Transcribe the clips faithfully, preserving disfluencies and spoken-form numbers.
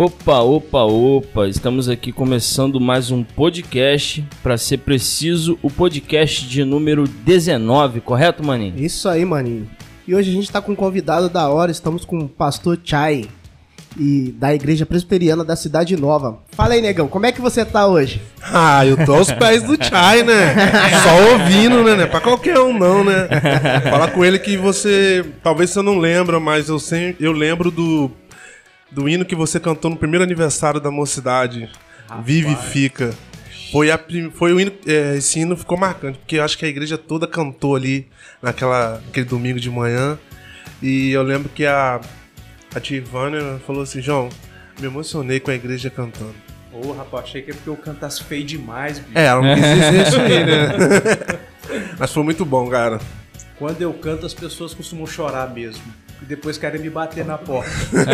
Opa, opa, opa, estamos aqui começando mais um podcast, para ser preciso, o podcast de número dezenove, correto, maninho? Isso aí, maninho. E hoje a gente tá com um convidado da hora, estamos com o pastor Chay, e da Igreja Presbiteriana da Cidade Nova. Fala aí, negão, como é que você tá hoje? Ah, eu tô aos pés do Chay, né? Só ouvindo, né? Não é pra qualquer um não, né? Fala com ele que você, talvez você não lembra, mas eu, sempre, eu lembro do... do hino que você cantou no primeiro aniversário da mocidade, Rapaz. Vive e Fica. Foi, a, foi o hino, é, esse hino ficou marcante, porque eu acho que a igreja toda cantou ali naquela, naquele domingo de manhã. E eu lembro que a, a tia Ivânia falou assim: João, me emocionei com a igreja cantando. Ô, oh, rapaz, achei que é porque eu cantasse feio demais, bicho. É, ela não quis dizer isso aí, né? Mas foi muito bom, cara. Quando eu canto, as pessoas costumam chorar mesmo. E depois querem me bater na porta.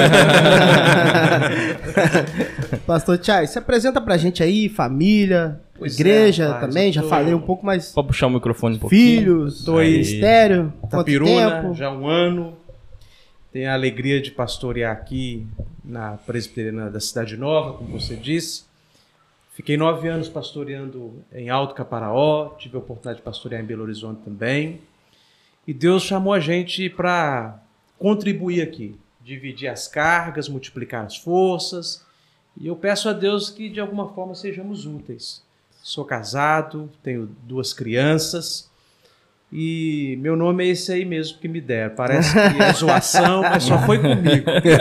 Pastor Chay, se apresenta pra gente aí, família, pois igreja é, rapaz, também, já tô... falei um pouco mais. Pode puxar o microfone um pouquinho. Filhos, tô aí, ministério, Itapiruna, tempo? Já há um ano. Tenho a alegria de pastorear aqui na Presbiteriana da Cidade Nova, como você disse. Fiquei nove anos pastoreando em Alto Caparaó, tive a oportunidade de pastorear em Belo Horizonte também. E Deus chamou a gente para contribuir aqui, dividir as cargas, multiplicar as forças. E eu peço a Deus que de alguma forma sejamos úteis. Sou casado, tenho duas crianças e meu nome é esse aí mesmo que me deram. Parece que é zoação, mas só foi comigo.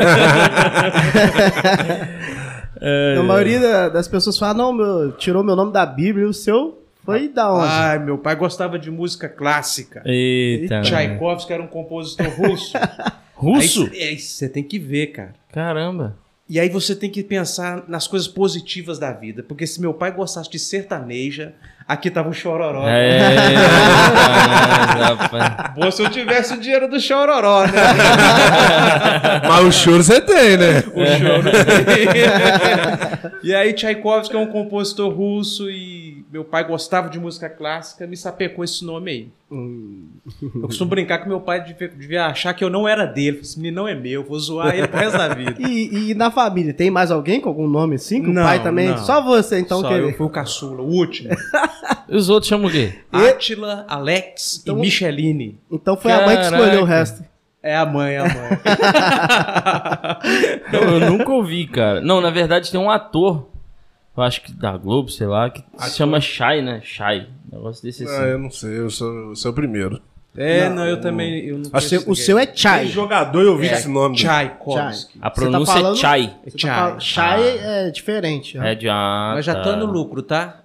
A maioria das pessoas fala, não, meu, tirou meu nome da Bíblia, e o seu foi da onde? Ai, meu pai gostava de música clássica. Eita. Tchaikovsky era um compositor russo. Russo? Aí você tem que ver, cara. Caramba. E aí você tem que pensar nas coisas positivas da vida. Porque se meu pai gostasse de sertaneja, aqui tava o chororó. É, rapaz. Boa se eu tivesse o dinheiro do chororó, né? Mas o choro você tem, né? O choro tem. E aí Tchaikovsky é um compositor russo e meu pai gostava de música clássica, me sapecou esse nome aí. Hum. Eu costumo brincar que meu pai devia, devia achar que eu não era dele. Esse menino não é meu, vou zoar ele pro resto da vida. E, e na família, tem mais alguém com algum nome assim? Que não, o pai também? Não. Só você, então? Só que... eu fui o caçula, o último. E os outros chamam o quê? Átila, Alex então, e Micheline. Então foi Caraca. a mãe que escolheu o resto. É a mãe, é a mãe. Não, eu nunca ouvi, cara. Não, na verdade tem um ator, eu acho que da Globo, sei lá, que ator. se chama Chay, né? Chay. Um negócio desse assim. Ah, eu não sei, eu sou, eu sou o primeiro. É, não, não eu também. Eu não o, seu, o seu é Chay. Tem jogador, eu vi é, esse nome. Tchaikovsky. A pronúncia tá falando, é Chay. Chay. Tá Chay ah. é diferente. É de ah, Mas já tá. tô no lucro, tá?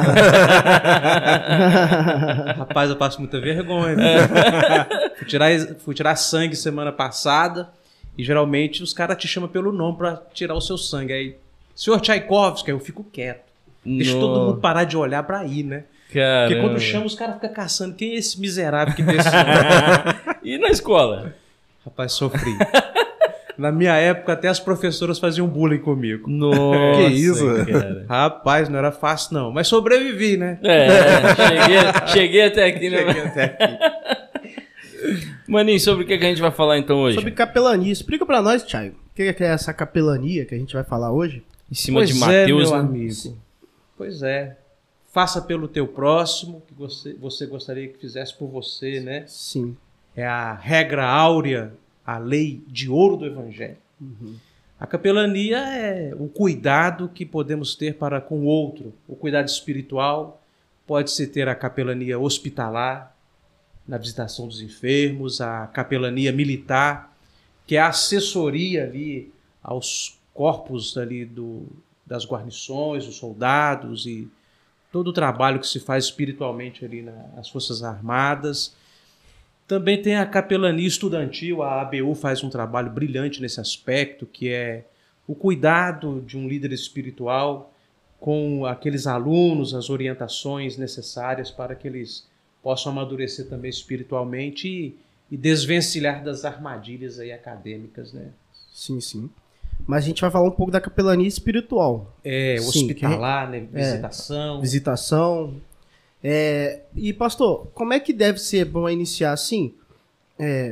Rapaz, eu passo muita vergonha. fui, tirar, fui tirar sangue semana passada e geralmente os caras te chamam pelo nome pra tirar o seu sangue. Aí, senhor Tchaikovsky, eu fico quieto. Deixa no. todo mundo parar de olhar pra ir, né? Caramba. Porque quando chama, os caras ficam caçando. Quem é esse miserável que deu esse nome? E na escola? Rapaz, sofri. Na minha época, até as professoras faziam bullying comigo. Nossa, que isso? Cara. Rapaz, não era fácil, não. Mas sobrevivi, né? É, cheguei, cheguei até aqui, né? Cheguei até aqui. Maninho, sobre o que a gente vai falar então hoje? Sobre capelania. Explica pra nós, Chay, o que é essa capelania que a gente vai falar hoje? Em cima pois de Mateus, é, meu né? amigo. Sim. Pois é. Faça pelo teu próximo, que você, você gostaria que fizesse por você, né? Sim. É a regra áurea, a lei de ouro do Evangelho. Uhum. A capelania é o cuidado que podemos ter para com o outro. O cuidado espiritual, pode-se ter a capelania hospitalar, na visitação dos enfermos, a capelania militar, que é a assessoria ali aos corpos ali do, das guarnições, dos soldados e todo o trabalho que se faz espiritualmente ali nas Forças Armadas. Também tem a capelania estudantil, a A B U faz um trabalho brilhante nesse aspecto, que é o cuidado de um líder espiritual com aqueles alunos, as orientações necessárias para que eles possam amadurecer também espiritualmente e, e desvencilhar das armadilhas aí acadêmicas, né? Sim, sim. Mas a gente vai falar um pouco da capelania espiritual. É, Sim, hospitalar, que... né? Visitação. É, visitação. É... E, pastor, como é que deve ser bom iniciar assim? É...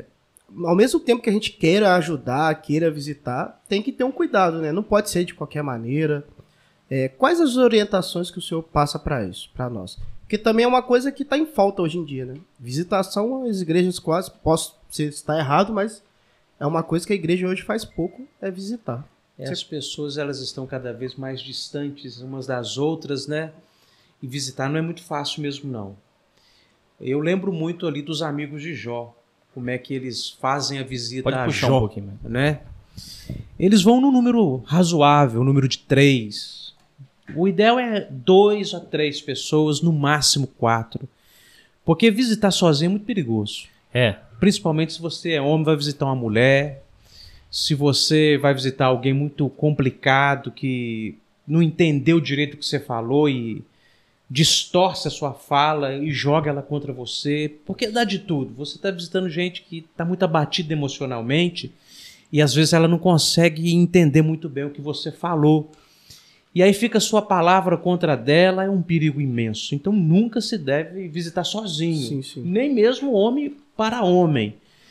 ao mesmo tempo que a gente queira ajudar, queira visitar, tem que ter um cuidado, né? Não pode ser de qualquer maneira. É, quais as orientações que o senhor passa para isso, para nós? Porque também é uma coisa que está em falta hoje em dia, né? Visitação às igrejas quase, posso estar errado, mas é uma coisa que a igreja hoje faz pouco, é visitar. É, as pessoas elas estão cada vez mais distantes umas das outras, né? E visitar não é muito fácil mesmo, não. Eu lembro muito ali dos amigos de Jó, como é que eles fazem a visita Pode a puxar Jó, um pouquinho, né? Eles vão num número razoável, número de três. O ideal é dois a três pessoas, no máximo quatro. Porque visitar sozinho é muito perigoso. É. Principalmente se você é homem, vai visitar uma mulher. Se você vai visitar alguém muito complicado, que não entendeu direito o que você falou e distorce a sua fala e joga ela contra você. Porque dá de tudo. Você está visitando gente que está muito abatida emocionalmente e às vezes ela não consegue entender muito bem o que você falou. E aí fica a sua palavra contra a dela, é um perigo imenso. Então nunca se deve visitar sozinho. Sim, sim. Nem mesmo homem para homem.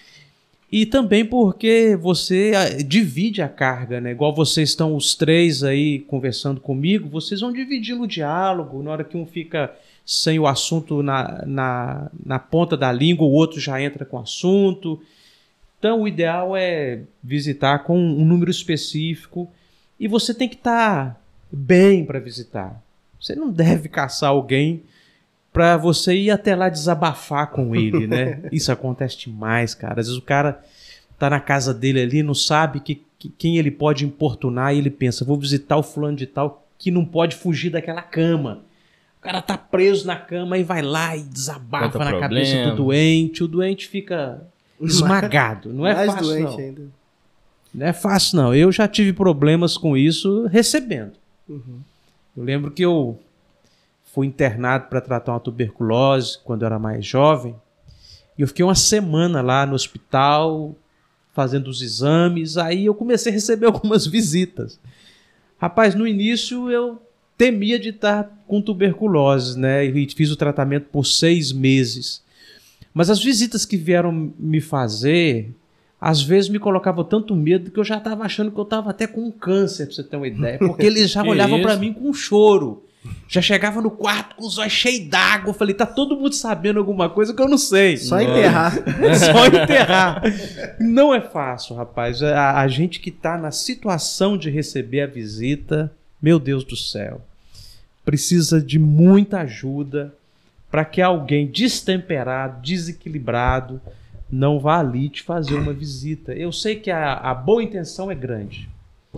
E também porque você divide a carga, né? Igual vocês estão os três aí conversando comigo, vocês vão dividir no diálogo. Na hora que um fica sem o assunto na, na, na ponta da língua, o outro já entra com o assunto. Então o ideal é visitar com um número específico e você tem que estar bem para visitar. Você não deve caçar alguém para você ir até lá desabafar com ele, né? Isso acontece demais, cara. Às vezes o cara tá na casa dele ali, não sabe que, que, quem ele pode importunar e ele pensa, vou visitar o fulano de tal que não pode fugir daquela cama. O cara tá preso na cama e vai lá e desabafa Conta na problema. cabeça do doente. O doente fica esmagado. Não é Mais fácil, doente não. ainda. Não é fácil, não. Eu já tive problemas com isso recebendo. Uhum. Eu lembro que eu fui internado para tratar uma tuberculose quando eu era mais jovem. E eu fiquei uma semana lá no hospital fazendo os exames. Aí eu comecei a receber algumas visitas. Rapaz, no início eu temia de estar com tuberculose, né? E fiz o tratamento por seis meses. Mas as visitas que vieram me fazer, às vezes me colocavam tanto medo que eu já estava achando que eu estava até com um câncer, para você ter uma ideia. Porque eles já olhavam para mim com choro. Já chegava no quarto com os olhos cheios d'água. Eu falei, tá todo mundo sabendo alguma coisa que eu não sei. Só enterrar. Só enterrar. Não é fácil, rapaz. A, a gente que tá na situação de receber a visita, meu Deus do céu, precisa de muita ajuda para que alguém destemperado, desequilibrado, não vá ali te fazer uma visita. Eu sei que a, a boa intenção é grande,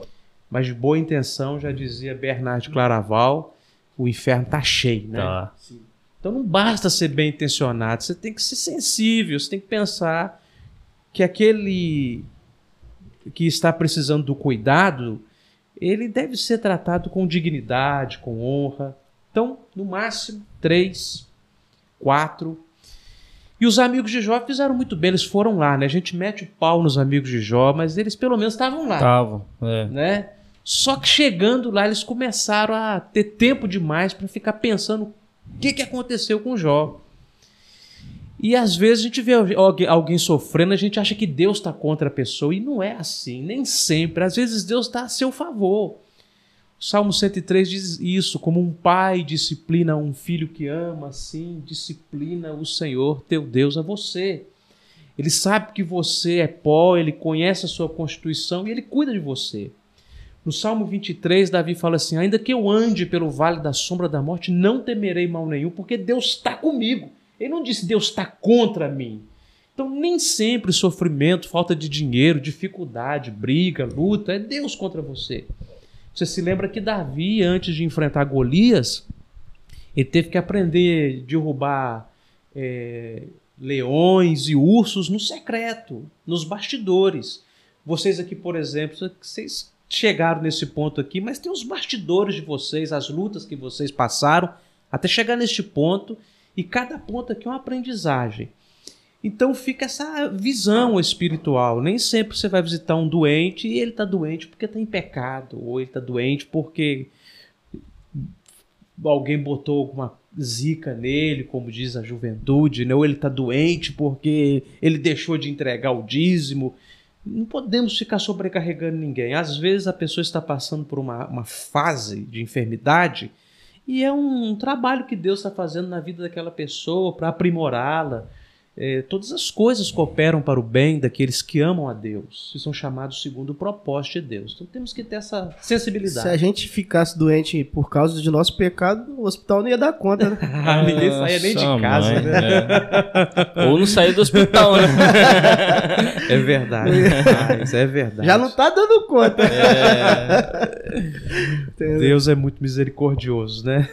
mas de boa intenção, já dizia Bernard Claraval, o inferno tá cheio, né? Tá. Então não basta ser bem intencionado, você tem que ser sensível, você tem que pensar que aquele que está precisando do cuidado, ele deve ser tratado com dignidade, com honra. Então, no máximo, três, quatro. E os amigos de Jó fizeram muito bem, eles foram lá, né? A gente mete o pau nos amigos de Jó, mas eles pelo menos estavam lá. Estavam, é. Né? Só que chegando lá, eles começaram a ter tempo demais para ficar pensando o que, que aconteceu com Jó. E às vezes a gente vê alguém sofrendo, a gente acha que Deus está contra a pessoa, e não é assim, nem sempre. Às vezes Deus está a seu favor. O Salmo cento e três diz isso, como um pai disciplina um filho que ama, assim disciplina o Senhor teu Deus a você. Ele sabe que você é pó, ele conhece a sua constituição e ele cuida de você. No Salmo vinte e três, Davi fala assim, ainda que eu ande pelo vale da sombra da morte, não temerei mal nenhum, porque Deus está comigo. Ele não disse Deus está contra mim. Então nem sempre sofrimento, falta de dinheiro, dificuldade, briga, luta, é Deus contra você. Você se lembra que Davi, antes de enfrentar Golias, ele teve que aprender a derrubar é, leões e ursos no secreto, nos bastidores. Vocês aqui, por exemplo, vocês chegaram nesse ponto aqui, mas tem os bastidores de vocês, as lutas que vocês passaram até chegar neste ponto, e cada ponto aqui é uma aprendizagem. Então fica essa visão espiritual. Nem sempre você vai visitar um doente e ele está doente porque está em pecado, ou ele está doente porque alguém botou alguma zica nele, como diz a juventude, né? Ou ele está doente porque ele deixou de entregar o dízimo. Não podemos ficar sobrecarregando ninguém. Às vezes a pessoa está passando por uma, uma fase de enfermidade e é um trabalho que Deus está fazendo na vida daquela pessoa para aprimorá-la. É, todas as coisas cooperam para o bem daqueles que amam a Deus e são chamados segundo o propósito de Deus. Então temos que ter essa sensibilidade. Se a gente ficasse doente por causa de nosso pecado, o hospital não ia dar conta, né? Ah, ninguém saía nem de casa, mãe, né? É. Ou não saía do hospital, né? É verdade. Ah, isso é verdade. Já não tá dando conta. É... Deus é muito misericordioso, né?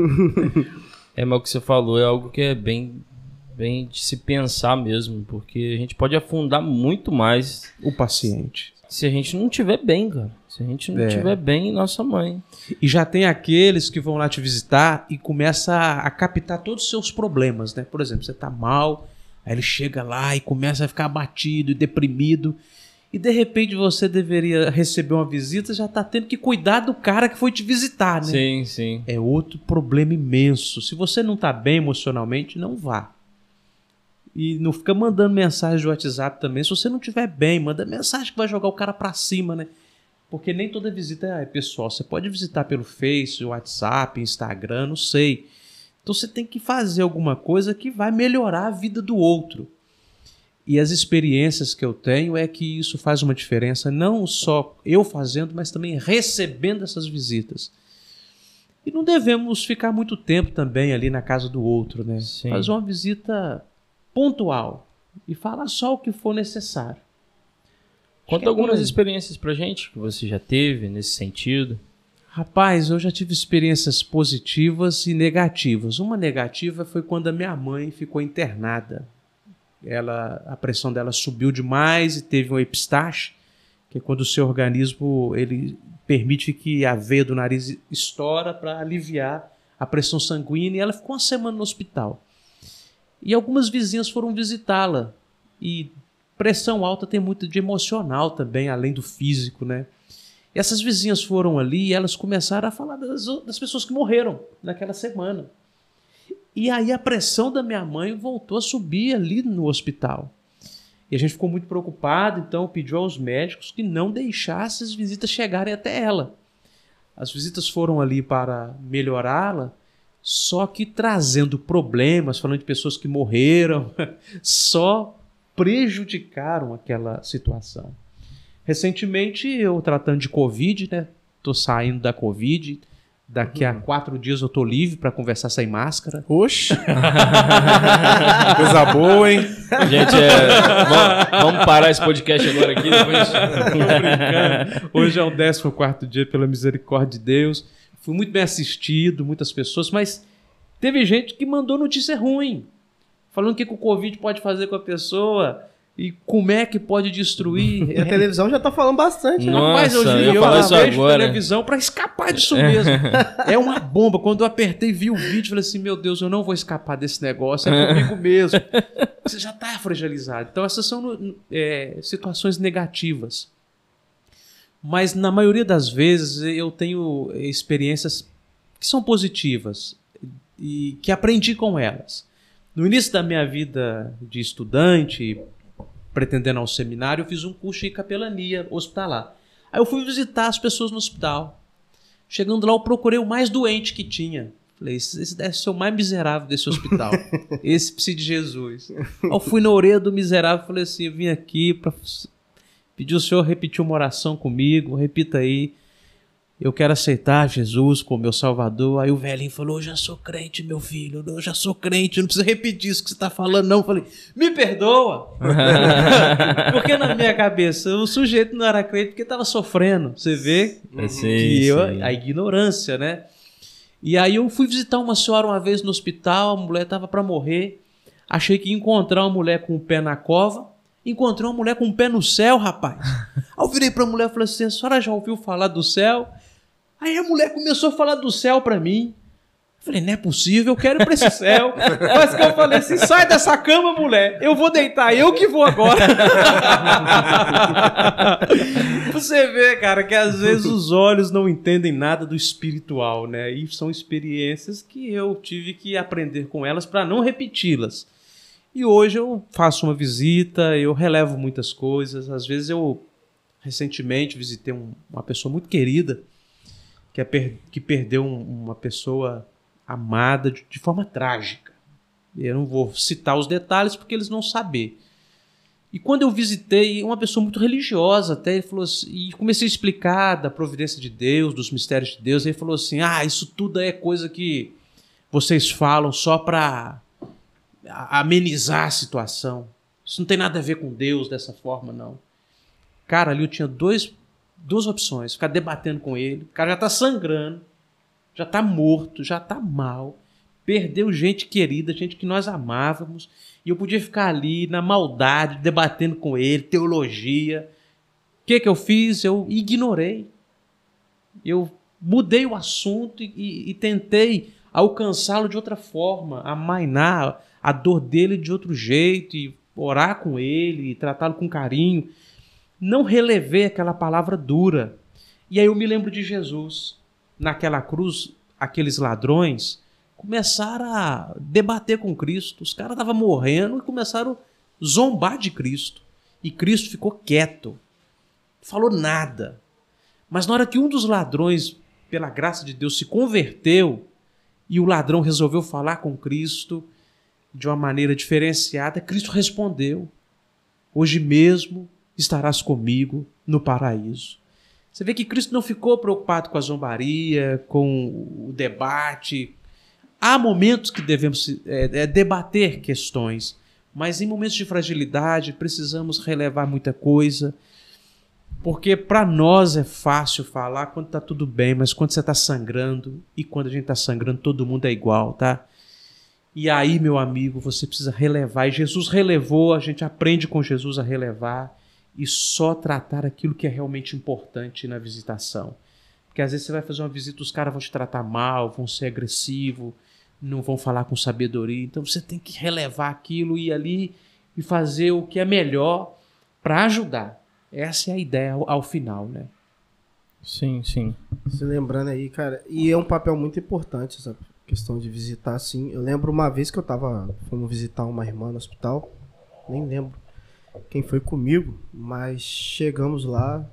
É, mas o que você falou é algo que é bem... bem de se pensar mesmo, porque a gente pode afundar muito mais o paciente. Se a gente não estiver bem, cara. Se a gente não estiver é. bem, nossa mãe. E já tem aqueles que vão lá te visitar e começa a, a captar todos os seus problemas, né? Por exemplo, você tá mal, aí ele chega lá e começa a ficar abatido e deprimido, e de repente você deveria receber uma visita, já tá tendo que cuidar do cara que foi te visitar, né? Sim, sim. É outro problema imenso. Se você não tá bem emocionalmente, não vá. E não fica mandando mensagem de WhatsApp também. Se você não estiver bem, manda mensagem que vai jogar o cara pra cima, né? Porque nem toda visita é pessoal. Você pode visitar pelo Face, WhatsApp, Instagram, não sei. Então você tem que fazer alguma coisa que vai melhorar a vida do outro. E as experiências que eu tenho é que isso faz uma diferença, não só eu fazendo, mas também recebendo essas visitas. E não devemos ficar muito tempo também ali na casa do outro, né? Sim. Fazer uma visita pontual e falar só o que for necessário. Conta algumas experiências pra gente que você já teve nesse sentido. Rapaz, eu já tive experiências positivas e negativas. Uma negativa foi quando a minha mãe ficou internada. Ela, a pressão dela subiu demais e teve um epistaxe, que é quando o seu organismo ele permite que a veia do nariz estoura para aliviar a pressão sanguínea, e ela ficou uma semana no hospital. E algumas vizinhas foram visitá-la. E pressão alta tem muito de emocional também, além do físico, né? E essas vizinhas foram ali e elas começaram a falar das, das pessoas que morreram naquela semana. E aí a pressão da minha mãe voltou a subir ali no hospital. E a gente ficou muito preocupado, então pediu aos médicos que não deixassem as visitas chegarem até ela. As visitas foram ali para melhorá-la, só que trazendo problemas, falando de pessoas que morreram, só prejudicaram aquela situação. Recentemente, eu tratando de Covid, né? Tô saindo da Covid. Daqui uhum. a quatro dias eu tô livre para conversar sem máscara. Oxe! Coisa boa, hein? Gente, é, vamos, vamos parar esse podcast agora aqui. Depois... Tô brincando. Hoje é o décimo quarto dia, pela misericórdia de Deus. Fui muito bem assistido, muitas pessoas, mas teve gente que mandou notícia ruim, falando o que, que o Covid pode fazer com a pessoa e como é que pode destruir. E a televisão já tá falando bastante. Nossa, Rapaz, hoje eu, eu falar vejo isso agora. televisão para escapar disso mesmo. É uma bomba. Quando eu apertei e vi o vídeo, falei assim, meu Deus, eu não vou escapar desse negócio, é comigo mesmo. Você já tá fragilizado. Então essas são é, situações negativas. Mas na maioria das vezes eu tenho experiências que são positivas e que aprendi com elas. No início da minha vida de estudante, pretendendo ao seminário, eu fiz um curso de capelania hospitalar. Aí eu fui visitar as pessoas no hospital. Chegando lá, eu procurei o mais doente que tinha. Falei, esse deve ser o mais miserável desse hospital. Esse precisa de Jesus. Aí eu fui na orelha do miserável e falei assim, eu vim aqui para pedir o senhor repetir uma oração comigo, repita aí. Eu quero aceitar Jesus como meu salvador. Aí o velhinho falou, eu já sou crente, meu filho, eu já sou crente, não precisa repetir isso que você está falando não. Eu falei, me perdoa. Porque na minha cabeça o sujeito não era crente porque estava sofrendo. Você vê sim, que eu, sim. a ignorância, né? E aí eu fui visitar uma senhora uma vez no hospital, a mulher estava para morrer. Achei que ia encontrar uma mulher com o pé na cova. Encontrei uma mulher com o pé no céu, rapaz. Aí eu virei para a mulher e falei assim, a senhora já ouviu falar do céu? Aí a mulher começou a falar do céu para mim. Falei, não é possível, eu quero ir pra esse céu. Mas que eu falei assim, sai dessa cama, mulher. Eu vou deitar, eu que vou agora. Você vê, cara, que às vezes os olhos não entendem nada do espiritual, né? E são experiências que eu tive que aprender com elas para não repeti-las. E hoje eu faço uma visita, eu relevo muitas coisas. Às vezes eu, recentemente, visitei um, uma pessoa muito querida, que, é per, que perdeu um, uma pessoa amada de, de forma trágica. Eu não vou citar os detalhes porque eles não sabem. E quando eu visitei, uma pessoa muito religiosa até, ele falou assim, e comecei a explicar da providência de Deus, dos mistérios de Deus, ele falou assim, ah, isso tudo é coisa que vocês falam só para amenizar a situação. Isso não tem nada a ver com Deus dessa forma, não. Cara, ali eu tinha dois, duas opções, ficar debatendo com ele, o cara já tá sangrando, já está morto, já está mal, perdeu gente querida, gente que nós amávamos, e eu podia ficar ali na maldade, debatendo com ele, teologia. O que que eu fiz? Eu ignorei. Eu mudei o assunto e, e, e tentei alcançá-lo de outra forma, amainar a dor dele de outro jeito, e orar com ele, e tratá-lo com carinho. Não relevei aquela palavra dura. E aí eu me lembro de Jesus. Naquela cruz, aqueles ladrões começaram a debater com Cristo. Os caras estavam morrendo e começaram a zombar de Cristo. E Cristo ficou quieto. Não falou nada. Mas na hora que um dos ladrões, pela graça de Deus, se converteu e o ladrão resolveu falar com Cristo de uma maneira diferenciada, Cristo respondeu: hoje mesmo estarás comigo no paraíso. Você vê que Cristo não ficou preocupado com a zombaria, com o debate. Há momentos que devemos é, é, debater questões, mas em momentos de fragilidade precisamos relevar muita coisa, porque para nós é fácil falar quando está tudo bem, mas quando você está sangrando, e quando a gente está sangrando todo mundo é igual, tá? E aí, meu amigo, você precisa relevar, e Jesus relevou, a gente aprende com Jesus a relevar, e só tratar aquilo que é realmente importante na visitação. Porque às vezes você vai fazer uma visita, os caras vão te tratar mal, vão ser agressivos, não vão falar com sabedoria. Então você tem que relevar aquilo, ir ali e fazer o que é melhor para ajudar. Essa é a ideia ao, ao final, né? Sim, sim. Se lembrando aí, cara, e é um papel muito importante essa questão de visitar, assim. Eu lembro uma vez que eu tava, fomos visitar uma irmã no hospital, nem lembro quem foi comigo, mas chegamos lá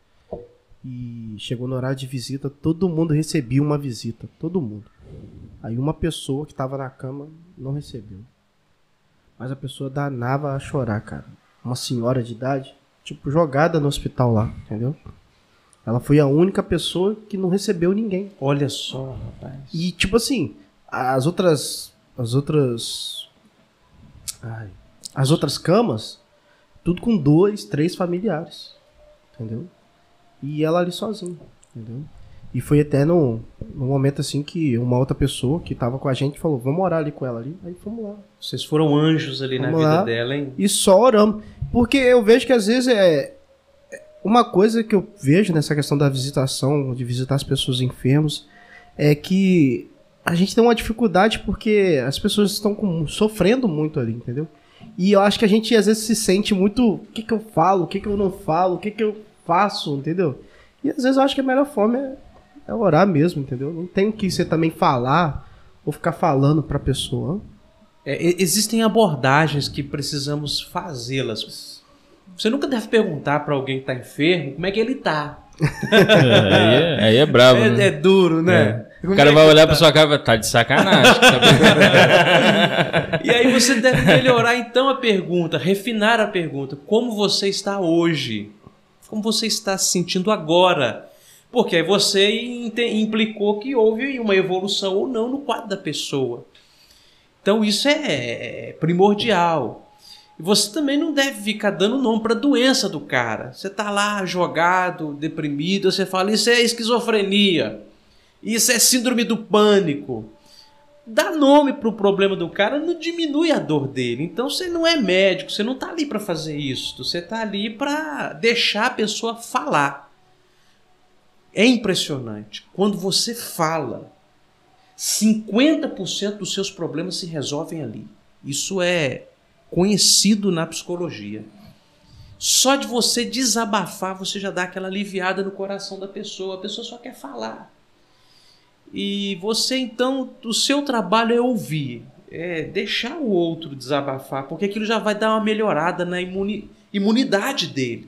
e chegou no horário de visita, todo mundo recebia uma visita, todo mundo. Aí uma pessoa que tava na cama não recebeu. Mas a pessoa danava a chorar, cara. Uma senhora de idade, tipo, jogada no hospital lá, entendeu? Ela foi a única pessoa que não recebeu ninguém. Olha só, rapaz. E tipo assim, as outras as outras ai, as outras camas, tudo com dois, três familiares, entendeu? E ela ali sozinha, entendeu? E foi até no, no momento assim que uma outra pessoa que tava com a gente falou, vamos orar ali com ela ali. Aí fomos lá. Vocês foram anjos ali Vamos na vida lá. dela, hein? E só oramos. Porque eu vejo que às vezes é... Uma coisa que eu vejo nessa questão da visitação, de visitar as pessoas enfermas, é que a gente tem uma dificuldade porque as pessoas estão com, sofrendo muito ali, entendeu? E eu acho que a gente às vezes se sente muito, o que que eu falo, o que que eu não falo, o que que eu faço, entendeu? E às vezes eu acho que a melhor forma é, é orar mesmo, entendeu? Não tem que você também falar ou ficar falando pra pessoa. É, existem abordagens que precisamos fazê-las. Você nunca deve perguntar pra alguém que tá enfermo como é que ele tá. É, aí, é, aí é brabo, É, né? é duro, né? É. O cara vai olhar pra sua cara e vai, tá de sacanagem. E aí você deve melhorar então a pergunta, refinar a pergunta. Como você está hoje? Como você está se sentindo agora? Porque aí você implicou que houve uma evolução ou não no quadro da pessoa. Então isso é primordial. E você também não deve ficar dando nome para a doença do cara. Você está lá jogado, deprimido, você fala, isso é esquizofrenia, isso é síndrome do pânico. Dar nome para o problema do cara não diminui a dor dele. Então você não é médico, você não está ali para fazer isso. Você está ali para deixar a pessoa falar. É impressionante. Quando você fala, cinquenta por cento dos seus problemas se resolvem ali. Isso é conhecido na psicologia. Só de você desabafar, você já dá aquela aliviada no coração da pessoa. A pessoa só quer falar. E você, então, o seu trabalho é ouvir, é deixar o outro desabafar, porque aquilo já vai dar uma melhorada na imuni- imunidade dele.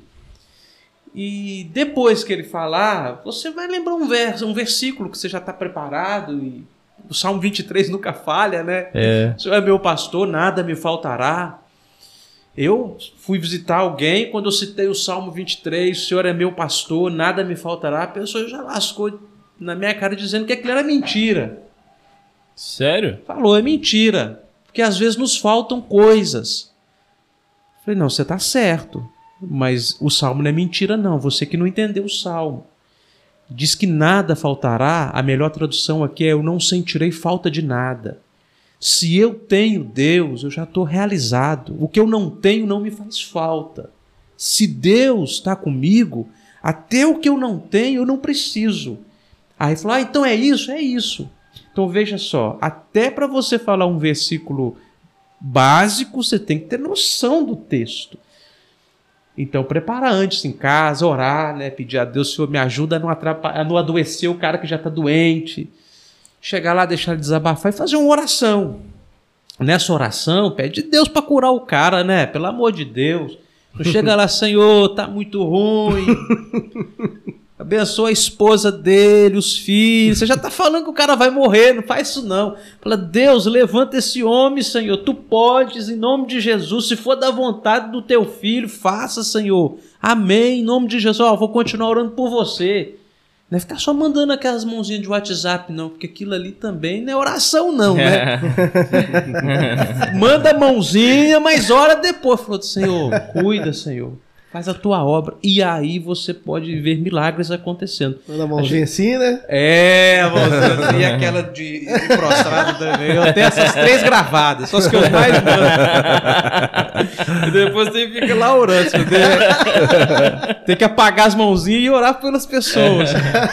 E depois que ele falar, você vai lembrar um verso, um versículo que você já está preparado. E o Salmo vinte e três nunca falha, né? É. O Senhor é meu pastor, nada me faltará. Eu fui visitar alguém, quando eu citei o Salmo vinte e três, o Senhor é meu pastor, nada me faltará, a pessoa já lascou na minha cara dizendo que aquilo era mentira. Sério? Falou, é mentira, porque às vezes nos faltam coisas. Falei, não, você está certo, mas o Salmo não é mentira não, você que não entendeu o Salmo. Diz que nada faltará, a melhor tradução aqui é eu não sentirei falta de nada. Se eu tenho Deus, eu já estou realizado. O que eu não tenho não me faz falta. Se Deus está comigo, até o que eu não tenho, eu não preciso. Aí falou, ah, então é isso? É isso. Então veja só, até para você falar um versículo básico, você tem que ter noção do texto. Então prepara antes em casa, orar, né? Pedir a Deus, Senhor, me ajuda a não, atrapalhar, a não adoecer o cara que já está doente. Chegar lá, deixar ele desabafar e fazer uma oração. Nessa oração, pede Deus para curar o cara, né? Pelo amor de Deus. Não chega lá, Senhor, tá muito ruim. Abençoa a esposa dele, os filhos. Você já tá falando que o cara vai morrer, não faz isso não. Fala, Deus, levanta esse homem, Senhor. Tu podes, em nome de Jesus. Se for da vontade do teu filho, faça, Senhor. Amém, em nome de Jesus. Ó, vou continuar orando por você. Não é ficar só mandando aquelas mãozinhas de WhatsApp, não, porque aquilo ali também não é oração, não, né? Manda a mãozinha, mas ora depois. Falou, Senhor, cuida, Senhor. Faz a tua obra. E aí você pode ver milagres acontecendo. Manda a mãozinha assim, né? É, a mãozinha assim, aquela de, de prostrado também. Eu tenho essas três gravadas, são as que eu mais mando. E depois você fica lá orando. Você tem, tem que apagar as mãozinhas e orar pelas pessoas.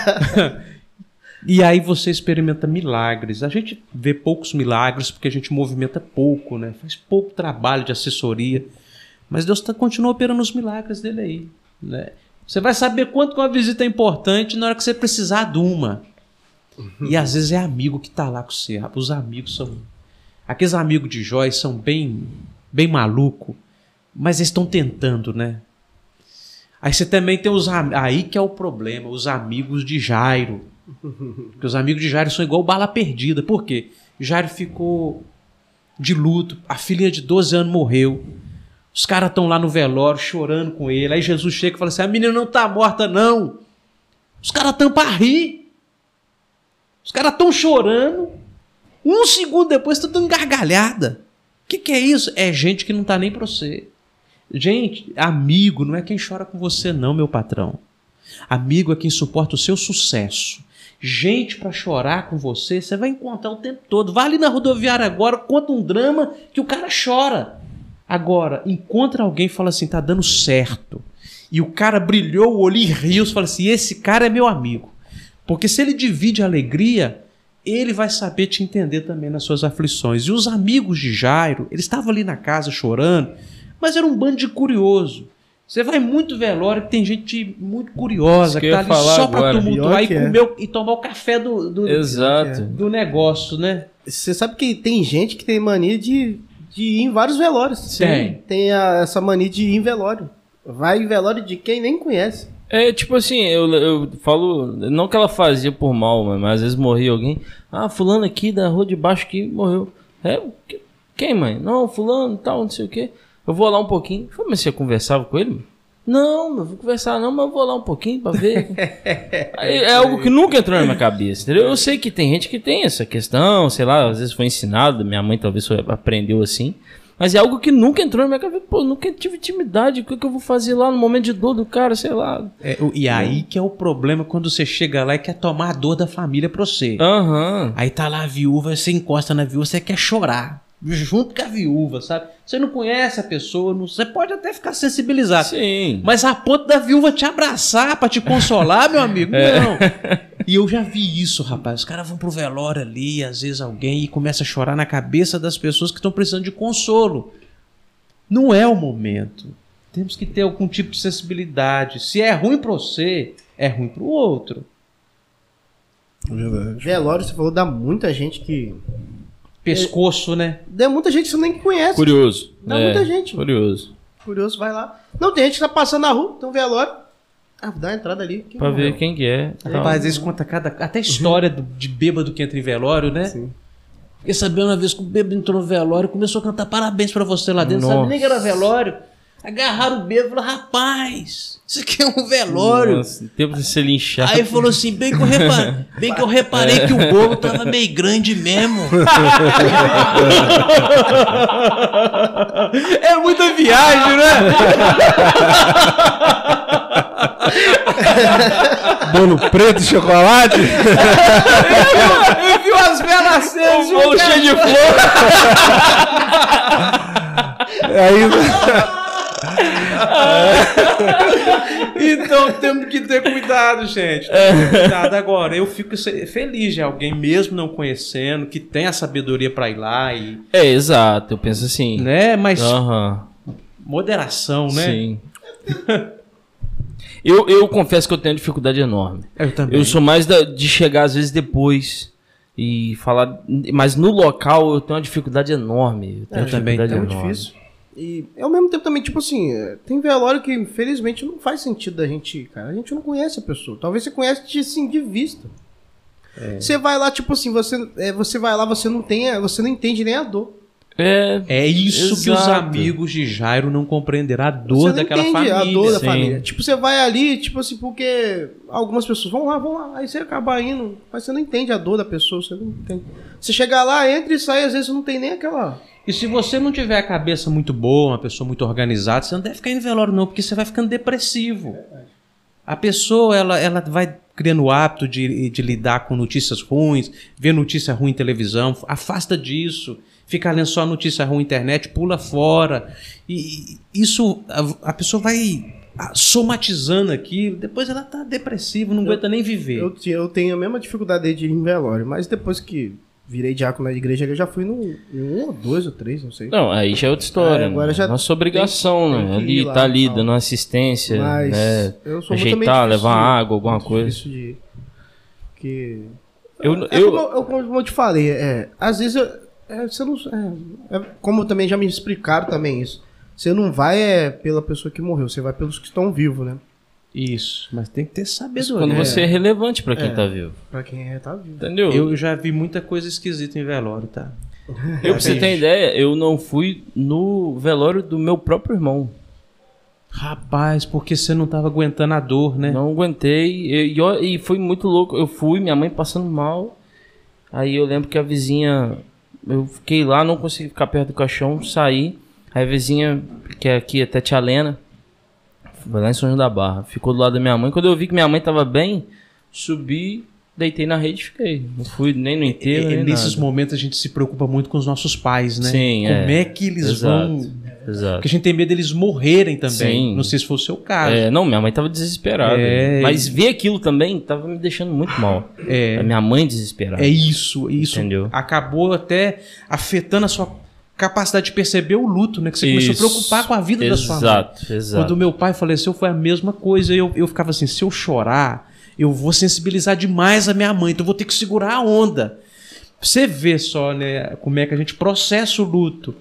E aí você experimenta milagres. A gente vê poucos milagres porque a gente movimenta pouco, né? Faz pouco trabalho de assessoria. Mas Deus tá, continua operando os milagres dele aí, né? Você vai saber quanto que uma visita é importante na hora que você precisar de uma. E às vezes é amigo que está lá com você. Os amigos são... Aqueles amigos de Joyce são bem, bem malucos, mas eles estão tentando, né? Aí você também tem os... Aí que é o problema, os amigos de Jairo. Porque os amigos de Jairo são igual bala perdida. Por quê? Jairo ficou de luto, a filhinha de doze anos morreu. Os caras estão lá no velório chorando com ele. Aí Jesus chega e fala assim, a menina não está morta não. Os caras estão para rir. Os caras estão chorando. Um segundo depois estão gargalhada. O que, que é isso? É gente que não está nem para você. Gente, amigo não é quem chora com você não, meu patrão. Amigo é quem suporta o seu sucesso. Gente para chorar com você, você vai encontrar o tempo todo. Vai ali na rodoviária agora, conta um drama que o cara chora. Agora, encontra alguém e fala assim, tá dando certo. E o cara brilhou o olho e riu, fala assim, esse cara é meu amigo. Porque se ele divide a alegria, ele vai saber te entender também nas suas aflições. E os amigos de Jairo, eles estavam ali na casa chorando, mas era um bando de curioso. Você vai muito velório, que tem gente muito curiosa, que, que tá ali só para tumultuar e, comer, é. e tomar o café do, do, Exato. do negócio, né? Você sabe que tem gente que tem mania de... de ir em vários velórios. Tem. Tem a, essa mania de ir em velório. Vai em velório de quem nem conhece. É, tipo assim, eu, eu falo... Não que ela fazia por mal, mas às vezes morria alguém. Ah, fulano aqui da rua de baixo que morreu. É, quem, mãe? Não, fulano, tal, não sei o quê. Eu vou lá um pouquinho. Eu falei, mas você conversava com ele? Não, não vou conversar não, mas eu vou lá um pouquinho pra ver. É algo que nunca entrou na minha cabeça, entendeu? Eu sei que tem gente que tem essa questão, sei lá, às vezes foi ensinado, minha mãe talvez foi, aprendeu assim, mas é algo que nunca entrou na minha cabeça. Pô, nunca tive intimidade, o que, que eu vou fazer lá no momento de dor do cara, sei lá. É, e aí que é o problema quando você chega lá e quer tomar a dor da família pra você. Uhum. Aí tá lá a viúva, você encosta na viúva, você quer chorar. Junto com a viúva, sabe? Você não conhece a pessoa, não... você pode até ficar sensibilizado. Sim. Mas a ponto da viúva te abraçar pra te consolar, meu amigo, é. não. E eu já vi isso, rapaz. Os caras vão pro velório ali, às vezes alguém e começa a chorar na cabeça das pessoas que estão precisando de consolo. Não é o momento. Temos que ter algum tipo de sensibilidade. Se é ruim para você, é ruim para o outro. Verdade. Velório, você falou, dá muita gente que... Pescoço, é, né? Dá muita gente que você nem conhece. Curioso. Dá é, muita gente. Curioso. Curioso, vai lá. Não, tem gente que tá passando na rua, tem um velório. Ah, dá uma entrada ali. Quem Pra morreu? ver quem que é. Rapaz, às vezes conta cada... Até história do, de bêbado que entra em velório, né? Sim. Fiquei sabendo uma vez que o bêbado entrou no velório e começou a cantar parabéns pra você lá dentro. Nossa. Sabe nem que era velório. Agarraram o bêbado e falaram, rapaz, isso aqui é um velório. Nossa, tempo de ser linchado. Aí falou assim, bem que eu reparei, bem que, eu reparei que o bolo tava meio grande mesmo. É muita viagem, né? Bolo preto de chocolate? Eu vi umas velas acesas. Um bolo cheio de flor. Aí... Então temos que ter cuidado, gente. Temos que ter cuidado. Agora, eu fico feliz de alguém, mesmo não conhecendo, que tem a sabedoria pra ir lá e. É, exato. Eu penso assim. Né? Mas Aham. moderação, né? Sim. eu, eu confesso que eu tenho dificuldade enorme. Eu também. Eu sou mais da- de chegar às vezes depois e falar. Mas no local eu tenho uma dificuldade enorme. Eu, tenho Eu uma também, dificuldade É muito enorme. difícil. E ao mesmo tempo também, tipo assim, é, tem velório que infelizmente não faz sentido da gente ir, cara. A gente não conhece a pessoa. Talvez você conhece de, assim, de vista. Você vai lá, tipo assim, você, é, você vai lá, você não tem, você não entende nem a dor. É, É isso que os Exato. amigos de Jairo não compreenderam, a Você dor não daquela entende família. a dor da sim. família. Tipo, você vai ali, tipo assim, porque algumas pessoas vão lá, vão lá, aí você acaba indo, mas você não entende a dor da pessoa, você não entende. Você chega lá, entra e sai, às vezes você não tem nem aquela... E se você não tiver a cabeça muito boa, uma pessoa muito organizada, você não deve ficar em velório não, porque você vai ficando depressivo. A pessoa, ela, ela vai criando o hábito de, de lidar com notícias ruins, ver notícia ruim em televisão, afasta disso, fica lendo só notícia ruim na internet, pula fora. E e isso, a, a pessoa vai somatizando aquilo, depois ela tá depressiva, não aguenta nem viver. Eu, tinha- eu tenho a mesma dificuldade de ir em velório, mas depois que virei diácono na igreja, eu já fui no, em um ou dois ou três, não sei. Não, aí já é outra história. É, agora né? já Nossa obrigação, tem- né? tem que ir Ali, lá tá e ali, tal. dando assistência, Mas né? eu sou muito Ajeitar, meio difícil levar de- água, alguma muito coisa. difícil de ir, que Eu, é eu, como, eu, como eu te falei, é, às vezes eu, é, você não, é, é, como também já me explicaram também isso. Você não vai é, pela pessoa que morreu, você vai pelos que estão vivos, né? Isso, mas tem que ter sabedoria. quando você é relevante pra quem É. tá vivo. Pra quem é, tá vivo. Entendeu? Eu já vi muita coisa esquisita em velório, tá? Eu, pra você ter ideia, eu não fui no velório do meu próprio irmão. Rapaz, porque você não tava aguentando a dor, né? Não aguentei. E, e, ó, e foi muito louco. Eu fui, minha mãe passando mal. Aí eu lembro que a vizinha. Eu fiquei lá, não consegui ficar perto do caixão, saí. Aí a vizinha, que é aqui, até tia Lena, foi lá em São João da Barra, ficou do lado da minha mãe. Quando eu vi que minha mãe tava bem, subi, deitei na rede e fiquei. Não fui nem no enterro, E- e nem nesses nada. momentos a gente se preocupa muito com os nossos pais, né? Sim, Como é, é. que eles Exato. vão... Exato. Porque a gente tem medo deles morrerem também. Sim. Não sei se foi o seu caso. É, não, minha mãe tava desesperada. É. Mas ver aquilo também tava me deixando muito mal. É. A minha mãe desesperada. É isso, isso Entendeu? acabou até afetando a sua capacidade de perceber o luto, né? Que você começou a Isso. preocupar com a vida da sua mãe. Exato, exato. Quando meu pai faleceu foi a mesma coisa. Eu, eu ficava assim, se eu chorar, eu vou sensibilizar demais a minha mãe, então eu vou ter que segurar a onda. Você vê só, né, como é que a gente processa o luto.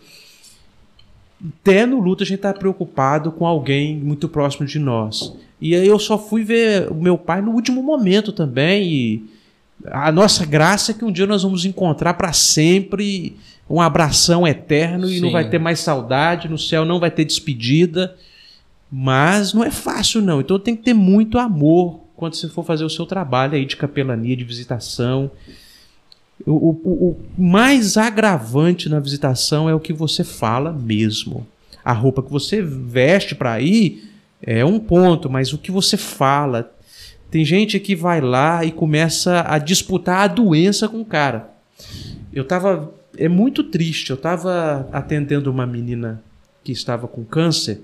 Até no luto a gente tá preocupado com alguém muito próximo de nós. E aí eu só fui ver o meu pai no último momento também. E a nossa graça é que um dia nós vamos encontrar para sempre um abração eterno e não Sim. vai ter mais saudade, no céu não vai ter despedida. Mas não é fácil não. Então tem que ter muito amor quando você for fazer o seu trabalho aí de capelania, de visitação. O, o, o mais agravante na visitação é o que você fala mesmo. A roupa que você veste para ir é um ponto, mas o que você fala. Tem gente que vai lá e começa a disputar a doença com o cara. Eu tava. É muito triste. Eu tava atendendo uma menina que estava com câncer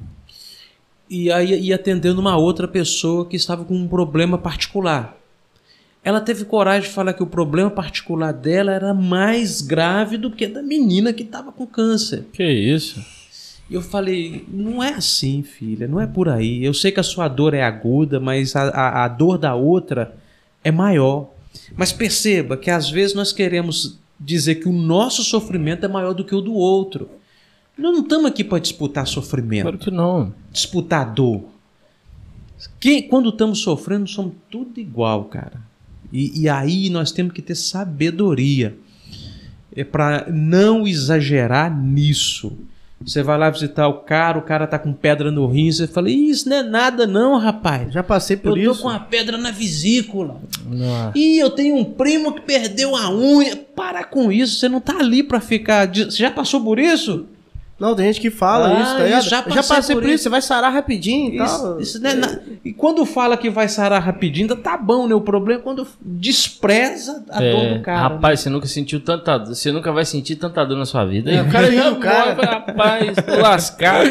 e aí ia atendendo uma outra pessoa que estava com um problema particular. ela teve coragem de falar que o problema particular dela era mais grave do que da menina que estava com câncer. Que isso? E eu falei, não é assim, filha, não é por aí. Eu sei que a sua dor é aguda, mas a, a, a dor da outra é maior. Mas perceba que às vezes nós queremos dizer que o nosso sofrimento é maior do que o do outro. Nós não estamos aqui para disputar sofrimento. Claro que não. Disputar dor. Quem, quando estamos sofrendo, somos tudo igual, cara. E, e aí nós temos que ter sabedoria. É para não exagerar nisso. Você vai lá visitar o cara, o cara tá com pedra no rim, você fala, isso não é nada não, rapaz. Já passei por eu isso. tô com uma pedra na vesícula. Nossa. Ih, eu tenho um primo que perdeu a unha. Para com isso, você não tá ali pra ficar... Você já passou por isso? Não, tem gente que fala Ah, isso, tá ligado? isso, já já passei passei por por isso, isso. você vai sarar rapidinho e Isso, tal. isso não é na- E quando fala que vai sarar rapidinho, ainda tá bom, né? O problema é quando despreza a É, dor do cara. rapaz, você nunca sentiu tanta dor. Você nunca vai sentir tanta dor na sua vida. É, o cara viu o cara. Rapaz, tô lascado.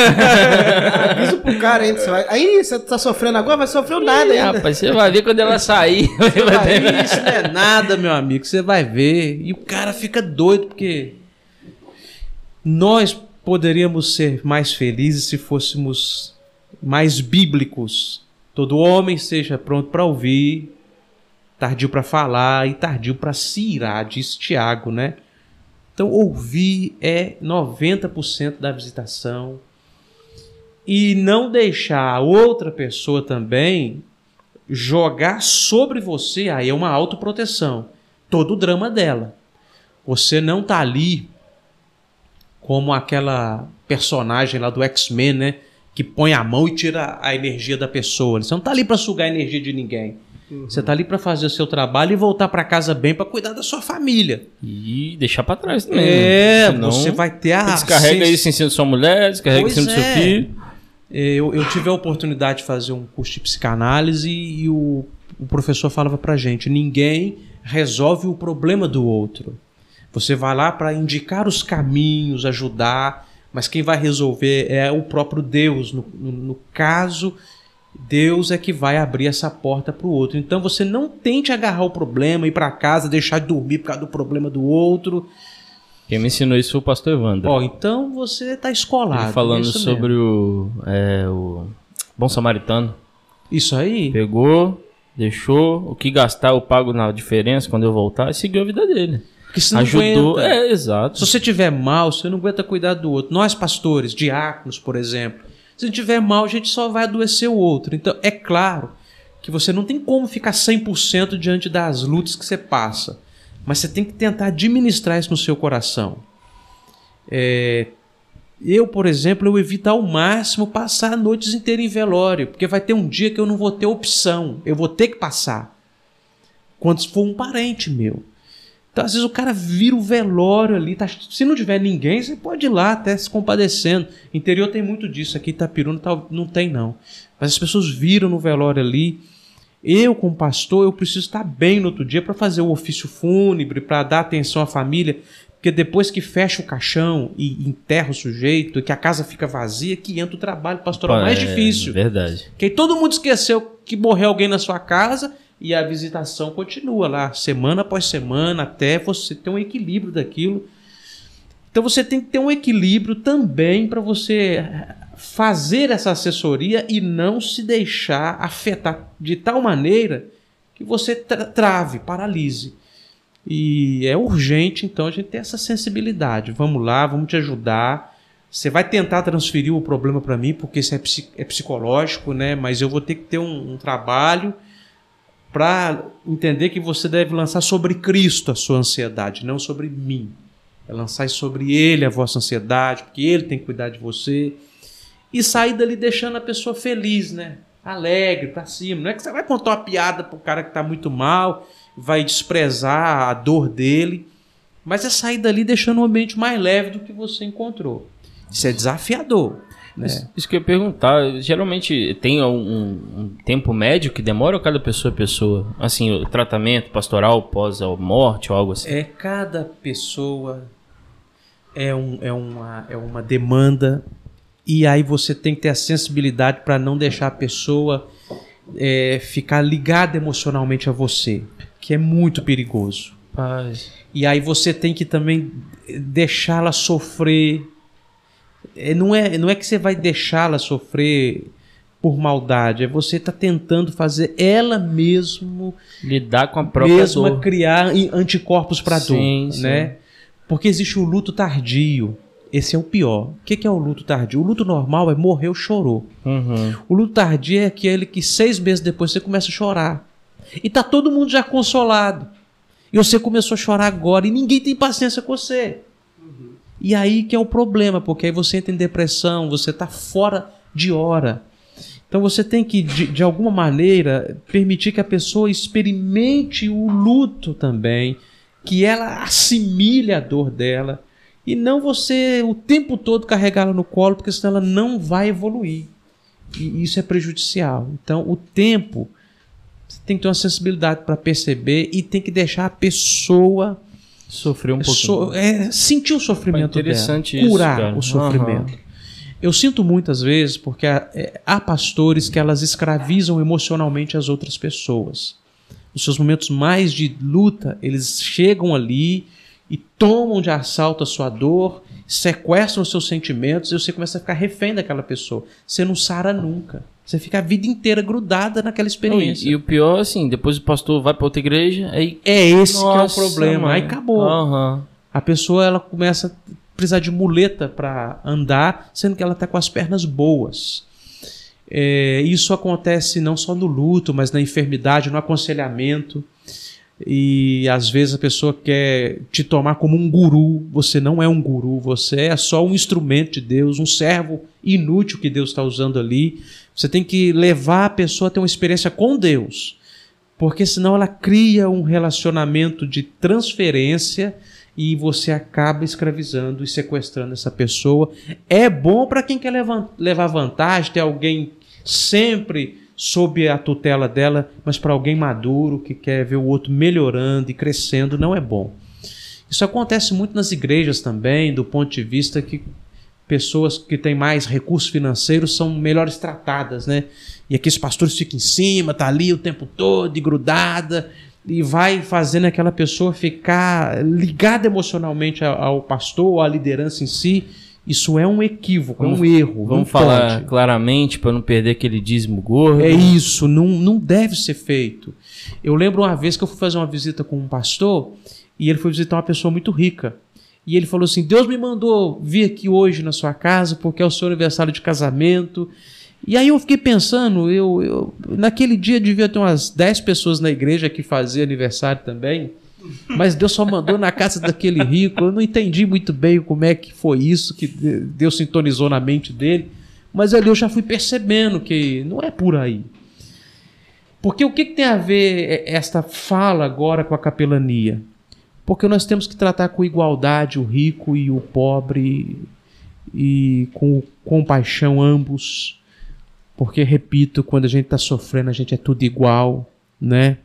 Avisa pro cara ainda. Você vai... Aí você tá sofrendo agora, vai sofrer nada É, ainda. rapaz, você vai ver quando ela sair. Você vai ver, isso não é nada, meu amigo. Você vai ver. E o cara fica doido, porque nós poderíamos ser mais felizes se fôssemos mais bíblicos. Todo homem seja pronto para ouvir, tardio para falar e tardio para se irar, diz Tiago, né? Então, ouvir é noventa por cento da visitação. E não deixar a outra pessoa também jogar sobre você, aí é uma autoproteção. Todo o drama dela. Você não tá ali como aquela personagem lá do X-Men, né? Que põe a mão e tira a energia da pessoa. Você não tá ali para sugar a energia de ninguém. Uhum. Você tá ali para fazer o seu trabalho e voltar para casa bem para cuidar da sua família. E deixar pra trás também. É, Senão, você vai ter a... descarrega isso em cima de sua mulher, descarrega Pois em cima do é. seu filho. Eu, eu tive a oportunidade de fazer um curso de psicanálise e o, o professor falava pra gente, ninguém resolve o problema do outro. Você vai lá para indicar os caminhos, ajudar, mas quem vai resolver é o próprio Deus. No, no, no caso, Deus é que vai abrir essa porta para o outro. Então você não tente agarrar o problema, ir para casa, deixar de dormir por causa do problema do outro. Quem me ensinou isso foi o pastor Evandro. Ó, então você está escolado. Ele falando é isso sobre mesmo. o, é, o Bom Samaritano. Isso aí. Pegou, deixou, o que gastar eu pago na diferença quando eu voltar e seguiu a vida dele. Porque você não Ajudou, aguenta. é, exato. Se você tiver mal, você não aguenta cuidar do outro. Nós, pastores, diáconos, por exemplo, se a gente tiver mal, a gente só vai adoecer o outro. Então, é claro que você não tem como ficar cem por cento diante das lutas que você passa. Mas você tem que tentar administrar isso no seu coração. É, eu, por exemplo, eu evito ao máximo passar noites inteiras em velório, porque vai ter um dia que eu não vou ter opção. Eu vou ter que passar. Quando for um parente meu. Então, às vezes, o cara vira o velório ali. Tá, se não tiver ninguém, você pode ir lá até se compadecendo. Interior tem muito disso. Aqui em Itapiruna não tem, não. Mas as pessoas viram no velório ali. Eu, como pastor, eu preciso estar bem no outro dia para fazer o ofício fúnebre, para dar atenção à família. Porque depois que fecha o caixão e enterra o sujeito, que a casa fica vazia, que entra o trabalho pastoral mais é, difícil. Verdade. Porque aí todo mundo esqueceu que morreu alguém na sua casa. E a visitação continua lá, semana após semana, até você ter um equilíbrio daquilo. Então você tem que ter um equilíbrio também para você fazer essa assessoria e não se deixar afetar de tal maneira que você tra- trave, paralise. E é urgente, então, a gente ter essa sensibilidade. Vamos lá, vamos te ajudar. Você vai tentar transferir o problema para mim, porque isso é, psi- é psicológico, né? Mas eu vou ter que ter um, um trabalho para entender que você deve lançar sobre Cristo a sua ansiedade, não sobre mim. É lançar sobre Ele a vossa ansiedade, porque Ele tem que cuidar de você. E sair dali deixando a pessoa feliz, né? Alegre, para cima. Não é que você vai contar uma piada pro cara que está muito mal, vai desprezar a dor dele, mas é sair dali deixando o ambiente mais leve do que você encontrou. Isso é desafiador. Né? Isso, isso que eu ia perguntar, geralmente tem um, um tempo médio que demora ou cada pessoa é pessoa? Assim, o tratamento pastoral pós a morte ou algo assim? É, cada pessoa é, um, é, uma, é uma demanda e aí você tem que ter a sensibilidade para não deixar a pessoa é, ficar ligada emocionalmente a você, que é muito perigoso. Paz. E aí você tem que também deixá-la sofrer. É, não, é, não é que você vai deixá-la sofrer por maldade, é você tá tentando fazer ela mesmo lidar com a própria mesma dor. criar anticorpos para dor, Sim, sim. né? Porque existe o luto tardio. Esse é o pior. O que é o luto tardio? O luto normal é morreu, chorou. Uhum. O luto tardio é aquele que seis meses depois você começa a chorar. E tá todo mundo já consolado. E você começou a chorar agora e ninguém tem paciência com você. Uhum. E aí que é o problema, porque aí você entra em depressão, você tá fora de hora. Então você tem que, de, de alguma maneira, permitir que a pessoa experimente o luto também, que ela assimile a dor dela, e não você o tempo todo carregá-la no colo, porque senão ela não vai evoluir. E isso é prejudicial. Então o tempo, você tem que ter uma sensibilidade para perceber e tem que deixar a pessoa sofrer um pouquinho. So, é, sentir o sofrimento interessante dela, curar isso, cara. o sofrimento. Uhum. Eu sinto muitas vezes porque há, é, há pastores que elas escravizam emocionalmente as outras pessoas. Nos seus momentos mais de luta, eles chegam ali e tomam de assalto a sua dor, sequestram os seus sentimentos e você começa a ficar refém daquela pessoa. Você não sara nunca. Você fica a vida inteira grudada naquela experiência. Não, e, e o pior, assim, depois o pastor vai para outra igreja, aí... É esse Nossa, que é o problema. mãe. Aí acabou. Uhum. A pessoa ela começa a precisar de muleta para andar, sendo que ela está com as pernas boas. É, isso acontece não só no luto, mas na enfermidade, no aconselhamento. E às vezes a pessoa quer te tomar como um guru. Você não é um guru, você é só um instrumento de Deus, um servo inútil que Deus está usando ali. Você tem que levar a pessoa a ter uma experiência com Deus, porque senão ela cria um relacionamento de transferência e você acaba escravizando e sequestrando essa pessoa. É bom para quem quer levar vantagem, ter alguém sempre sob a tutela dela, mas para alguém maduro que quer ver o outro melhorando e crescendo, não é bom. Isso acontece muito nas igrejas também, do ponto de vista que pessoas que têm mais recursos financeiros são melhores tratadas, né? E aqui os pastores ficam em cima, tá ali o tempo todo, e grudada, e vai fazendo aquela pessoa ficar ligada emocionalmente ao pastor ou à liderança em si. Isso é um equívoco, vamos, é um erro. Vamos falar pode. claramente para não perder aquele dízimo gordo. É isso, não, não deve ser feito. Eu lembro uma vez que eu fui fazer uma visita com um pastor e ele foi visitar uma pessoa muito rica. E ele falou assim, Deus me mandou vir aqui hoje na sua casa porque é o seu aniversário de casamento. E aí eu fiquei pensando, eu, eu, naquele dia devia ter umas dez pessoas na igreja que faziam aniversário também, mas Deus só mandou na casa daquele rico. Eu não entendi muito bem como é que foi isso, que Deus sintonizou na mente dele, mas ali eu já fui percebendo que não é por aí. Porque o que, que tem a ver esta fala agora com a capelania? Porque nós temos que tratar com igualdade o rico e o pobre, e com compaixão ambos. Porque, repito, quando a gente está sofrendo, a gente é tudo igual, né?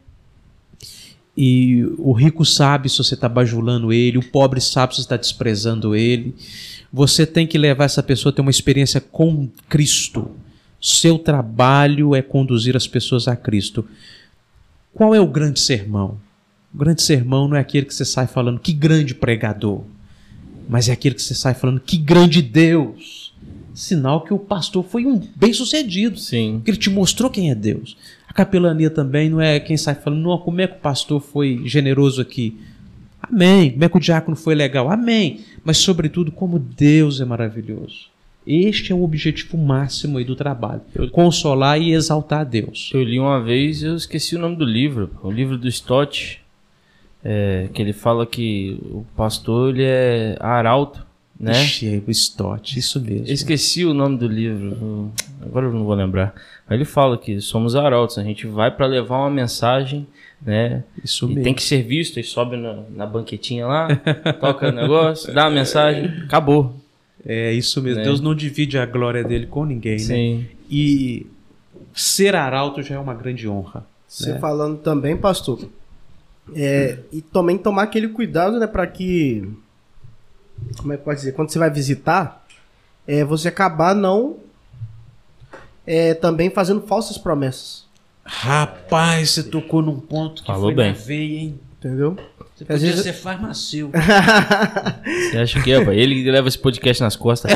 E o rico sabe se você está bajulando ele, o pobre sabe se você está desprezando ele. Você tem que levar essa pessoa a ter uma experiência com Cristo. Seu trabalho é conduzir as pessoas a Cristo. Qual é o grande sermão? O grande sermão não é aquele que você sai falando que grande pregador, mas é aquele que você sai falando que grande Deus. Sinal que o pastor foi um bem-sucedido. Sim. Que ele te mostrou quem é Deus. A capelania também não é quem sai falando, não, como é que o pastor foi generoso aqui. Amém. Como é que o diácono foi legal. Amém. Mas, sobretudo, como Deus é maravilhoso. Este é o objetivo máximo aí do trabalho. Consolar e exaltar a Deus. Eu li uma vez, eu esqueci o nome do livro. O livro do Stott. É, que ele fala que o pastor ele é arauto, né? Ixi, o Stott, isso mesmo. Eu esqueci o nome do livro, agora eu não vou lembrar. Mas ele fala que somos arautos, a gente vai para levar uma mensagem, né? Isso e mesmo. tem que ser visto, e sobe na, na banquetinha lá, toca o negócio, dá a mensagem, acabou. É isso mesmo. Né? Deus não divide a glória dele com ninguém, Sim. né? E ser arauto já é uma grande honra. Você né? falando também, pastor, é, e também tomar aquele cuidado, né, para que, como é que pode dizer, quando você vai visitar, é, você acabar não é, também fazendo falsas promessas. Rapaz, você tocou num ponto que Falou foi bem. na veia, hein? Entendeu? Você Às podia vezes- ser farmacêutico. Você acha que é, pai? Ele que leva esse podcast nas costas.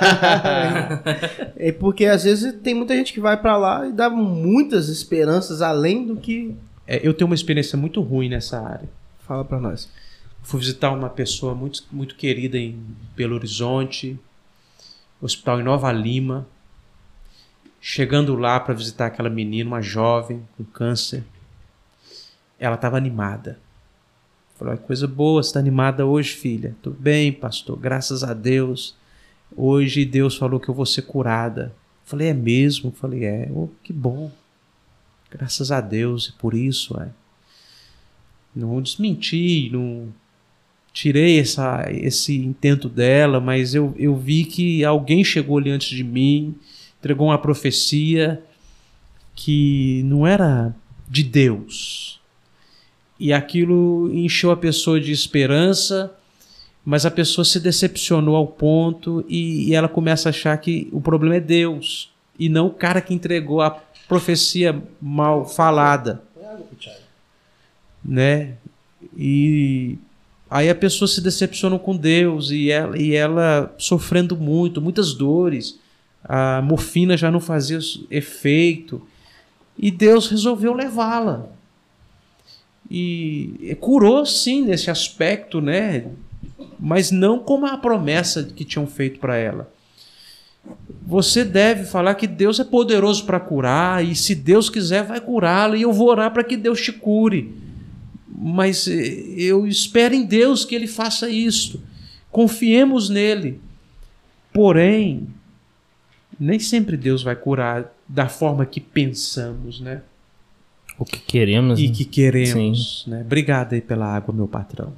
É porque às vezes tem muita gente que vai pra lá e dá muitas esperanças além do que É, eu tenho uma experiência muito ruim nessa área. fala pra nós. Fui visitar uma pessoa muito, muito querida em Belo Horizonte, hospital em Nova Lima. Chegando lá para visitar aquela menina, uma jovem com câncer, ela estava animada. Falou: coisa boa, você está animada hoje, filha? Tudo bem, pastor, graças a Deus. Hoje Deus falou que eu vou ser curada. Falei: é mesmo? Falei: é. Oh, que bom. Graças a Deus, e por isso, é. Não desmenti, não tirei essa, esse intento dela, mas eu, eu vi que alguém chegou ali antes de mim, entregou uma profecia que não era de Deus. E aquilo encheu a pessoa de esperança, mas a pessoa se decepcionou ao ponto e, e ela começa a achar que o problema é Deus e não o cara que entregou a profecia mal falada, né? E aí a pessoa se decepciona com Deus e ela, e ela sofrendo muito, muitas dores. A morfina já não fazia efeito e Deus resolveu levá-la. E curou sim nesse aspecto, né? Mas não como a promessa que tinham feito para ela. Você deve falar que Deus é poderoso para curar e se Deus quiser vai curá-la e eu vou orar para que Deus te cure. Mas eu espero em Deus que Ele faça isso. Confiemos nele. Porém, nem sempre Deus vai curar da forma que pensamos, né? O que queremos. E né? que queremos, né? Obrigado aí pela água, meu patrão.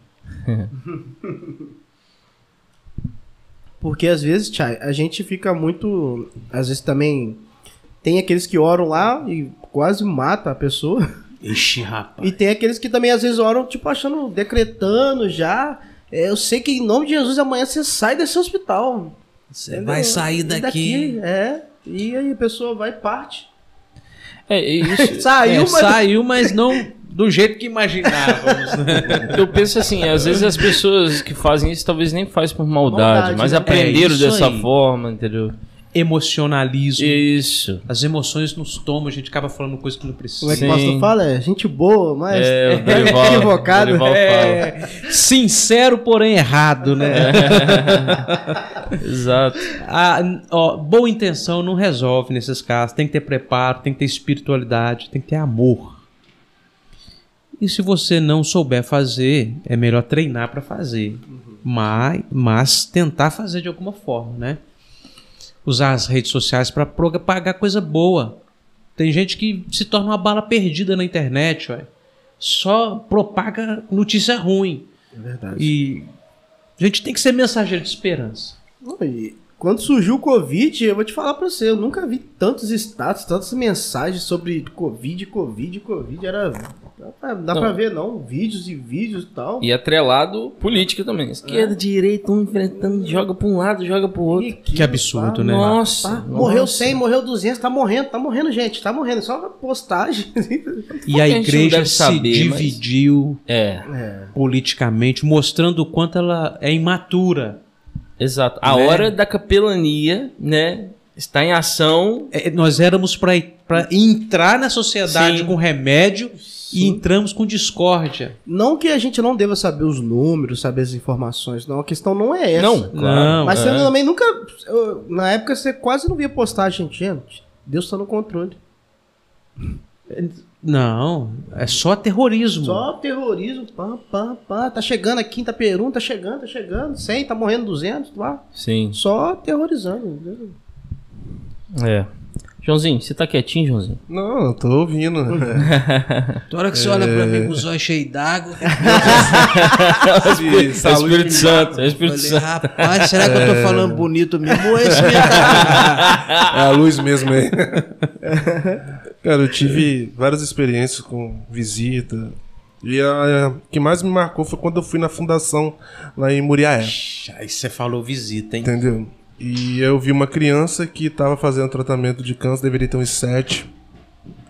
Porque às vezes, Chay, a gente fica muito. Às vezes também tem aqueles que oram lá e quase mata a pessoa. Ixi, rapaz. E tem aqueles que também às vezes oram, tipo, achando, decretando já. É, eu sei que em nome de Jesus amanhã você sai desse hospital. Você Entendeu? vai sair daqui. É. E aí a pessoa vai e parte. É, é isso. Saiu, É, mas. saiu, mas não do jeito que imaginávamos. Né? Eu penso assim, às vezes as pessoas que fazem isso talvez nem fazem por maldade, Maldade, mas né? aprenderam É isso dessa aí. forma, entendeu? Emocionalismo. Isso. As emoções nos tomam, a gente acaba falando coisa que não precisa. Como é que Sim. o pastor fala? É gente boa, mas É, o Dorival, equivocado. o Dorival fala. É, sincero, porém errado, né? Exato. A, ó, boa intenção não resolve nesses casos. Tem que ter preparo, tem que ter espiritualidade, tem que ter amor. E se você não souber fazer, é melhor treinar para fazer. Mas, mas tentar fazer de alguma forma, né? Usar as redes sociais para propagar coisa boa. Tem gente que se torna uma bala perdida na internet, ué. Só propaga notícia ruim. É verdade. E a gente tem que ser mensageiro de esperança. E quando surgiu o Covid, eu vou te falar pra você, eu nunca vi tantos status, tantas mensagens sobre Covid, Covid, Covid. Era. Dá pra, dá pra ver, não? Vídeos e vídeos e tal. E atrelado política também. Esquerda, direita, um enfrentando, joga pra um lado, joga pro outro. E Que absurdo, pá, né? Nossa. pá, nossa. morreu cem, morreu duzentos, tá morrendo, tá morrendo, gente, tá morrendo. Só postagem. E a a gente não igreja deve se saber, mas- dividiu É, É. politicamente, mostrando o quanto ela é imatura. exato. A Né? hora da capelania, né, está em ação. É, nós éramos para entrar na sociedade Sim. com remédio e entramos com discórdia. Não que a gente não deva saber os números, saber as informações, não. A questão não é essa. Não, Não, Mas é. você também nunca. eu- na época você quase não via postagem, gente. Deus tá no controle. Não, é só terrorismo. Só terrorismo, pá, pá, pá. Tá chegando a quinta perum, tá chegando, tá chegando. cem, tá morrendo duzentos, pá. Sim. Só terrorizando. É. Joãozinho, você tá quietinho, Joãozinho? Não, eu tô ouvindo. Na hora que você olha pra mim com os olhos cheios d'água, Esse É o saúde Espírito me Santo, é o eu Espírito falei, Santo. rapaz, será que eu tô falando bonito mesmo ou é esse mesmo? É a luz mesmo aí. Cara, eu tive várias experiências com visita. E a, a que mais me marcou foi quando eu fui na fundação lá em Muriaé. Aí você falou visita, hein? Entendeu? E eu vi uma criança que estava fazendo tratamento de câncer, deveria ter uns sete.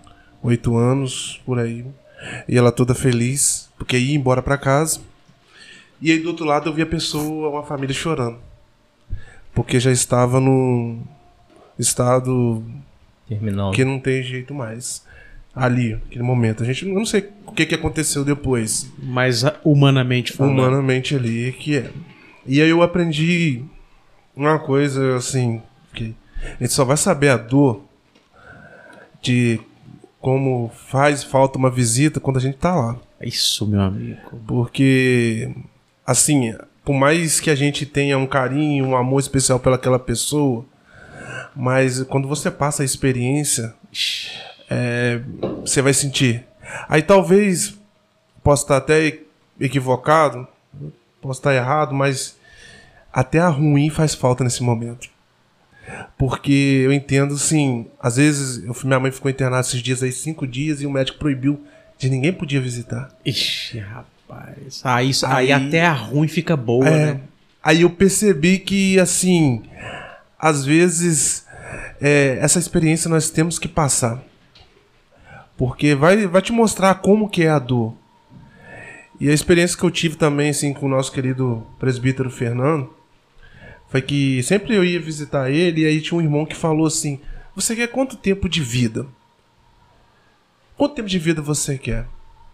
oito anos, por aí. E ela toda feliz, porque ia embora pra casa. E aí do outro lado eu vi a pessoa, uma família chorando. Porque já estava no estado Terminal. que não tem jeito mais. Ali, naquele momento. A gente eu não sei o que, que aconteceu depois. Mas ah, humanamente falando. Humanamente ali, que é. E aí eu aprendi uma coisa assim, que a gente só vai saber a dor de como faz falta uma visita quando a gente tá lá. Isso, meu amigo. Porque, assim, por mais que a gente tenha um carinho, um amor especial pelaquela pessoa, mas quando você passa a experiência, é, você vai sentir. Aí talvez, posso estar até equivocado, posso estar errado, mas até a ruim faz falta nesse momento. Porque eu entendo, assim, às vezes eu, minha mãe ficou internada esses dias aí, cinco dias, e o médico proibiu de ninguém podia visitar. Ixi, rapaz. Aí, Aí- aí até a ruim fica boa, É, né? aí eu percebi que, assim, às vezes é, essa experiência nós temos que passar. Porque vai, vai te mostrar como que é a dor. E a experiência que eu tive também, assim, com o nosso querido presbítero Fernando, foi que sempre eu ia visitar ele e aí tinha um irmão que falou assim: você quer quanto tempo de vida? Quanto tempo de vida você quer?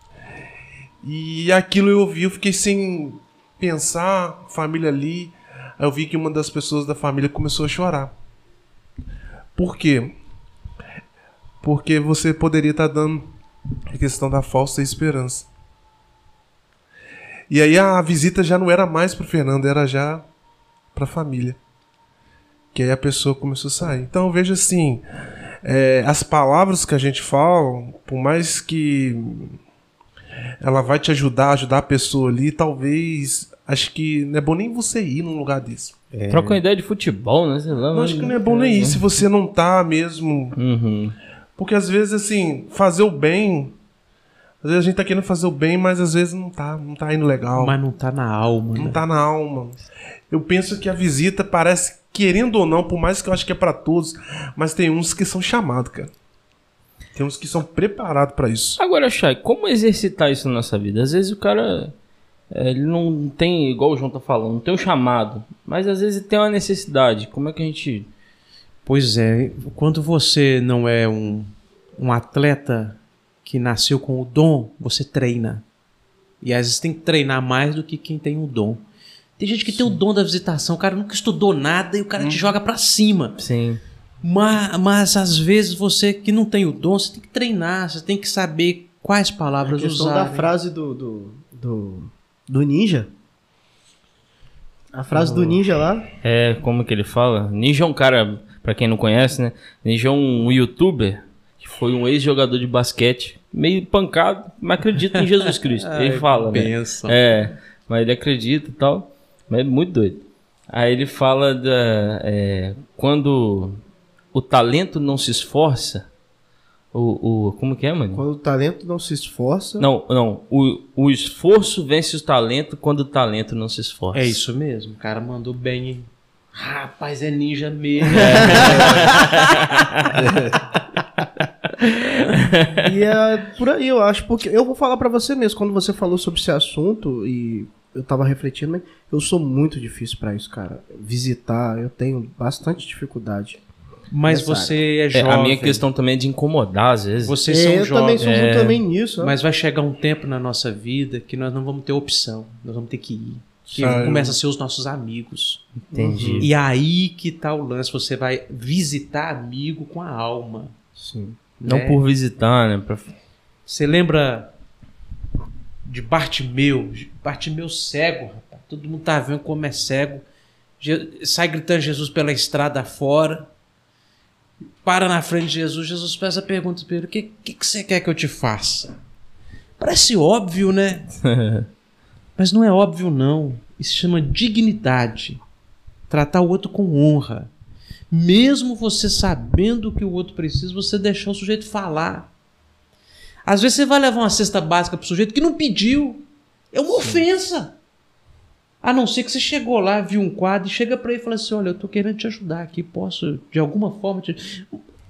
E aquilo eu ouvi, eu fiquei sem pensar, família ali. Aí eu vi que uma das pessoas da família começou a chorar. Por quê? Porque você poderia estar dando a questão da falsa esperança. E aí a visita já não era mais pro Fernando, era já pra família. Que aí a pessoa começou a sair. Então eu vejo assim, é, as palavras que a gente fala, por mais que ela vai te ajudar, ajudar a pessoa ali, talvez, acho que não é bom nem você ir num lugar desse. Troca uma ideia de futebol, né? Sei lá, Eu acho que não é bom nem ir se você não tá mesmo. Uhum. Porque às vezes, assim, fazer o bem. Às vezes a gente tá querendo fazer o bem, mas às vezes não tá, não tá indo legal. Mas não tá na alma, Não né? tá na alma. Eu penso que a visita parece, querendo ou não, por mais que eu acho que é pra todos, mas tem uns que são chamados, cara. Tem uns que são preparados pra isso. Agora, Chay, como exercitar isso na nossa vida? Às vezes o cara, é, ele não tem, igual o João tá falando, não tem um chamado, mas às vezes tem uma necessidade. Como é que a gente... Pois é, quando você não é um, um atleta que nasceu com o dom, você treina. E às vezes tem que treinar mais do que quem tem o dom. Tem gente que tem o dom da visitação, o cara nunca estudou nada e o cara te joga pra cima. Sim. Mas, mas às vezes você que não tem o dom, você tem que treinar, você tem que saber quais A palavras questão usar. da frase do, do, do, do ninja. A frase do ninja lá. É, como que ele fala? Ninja é um cara, pra quem não conhece, né? Ninja é um youtuber que foi um ex-jogador de basquete, meio pancado, mas acredita em Jesus Cristo. Ele fala, né? Bênção. É, mas ele acredita e tal, mas é muito doido. Aí ele fala da... é, quando o talento não se esforça, o, o... Como que é, mano? Quando o talento não se esforça. Não, não. O, o esforço vence o talento quando o talento não se esforça. É isso mesmo, o cara mandou bem. Hein? Rapaz, é ninja mesmo. E é por aí, eu acho, porque eu vou falar pra você mesmo, quando você falou sobre esse assunto e eu tava refletindo, mas eu sou muito difícil pra isso, cara. Visitar, eu tenho bastante dificuldade. Mas Nessa você é É, jovem. a minha questão também é de incomodar, às vezes. Vocês É, são eu também jovens. sou muito também nisso. ó. Mas vai chegar um tempo na nossa vida que nós não vamos ter opção. Nós vamos ter que ir. Que Sério? começa a ser os nossos amigos. Entendi. E aí que tá o lance. Você vai visitar amigo com a alma. Sim. Não né? por visitar, né? Pra... Você lembra de Bartimeu? Bartimeu cego, rapaz. Todo mundo tá vendo como é cego. Je- Sai gritando Jesus pela estrada fora. Para na frente de Jesus. Jesus faz a pergunta para ele: o que, que, que você quer que eu te faça? Parece óbvio, né? Mas não é óbvio, não. Isso se chama dignidade. Tratar o outro com honra. Mesmo você sabendo o que o outro precisa, você deixar o sujeito falar. Às vezes você vai levar uma cesta básica para o sujeito que não pediu. É uma ofensa. A não ser que você chegou lá, viu um quadro e chega para ele e fala assim: olha, eu estou querendo te ajudar aqui, posso de alguma forma te...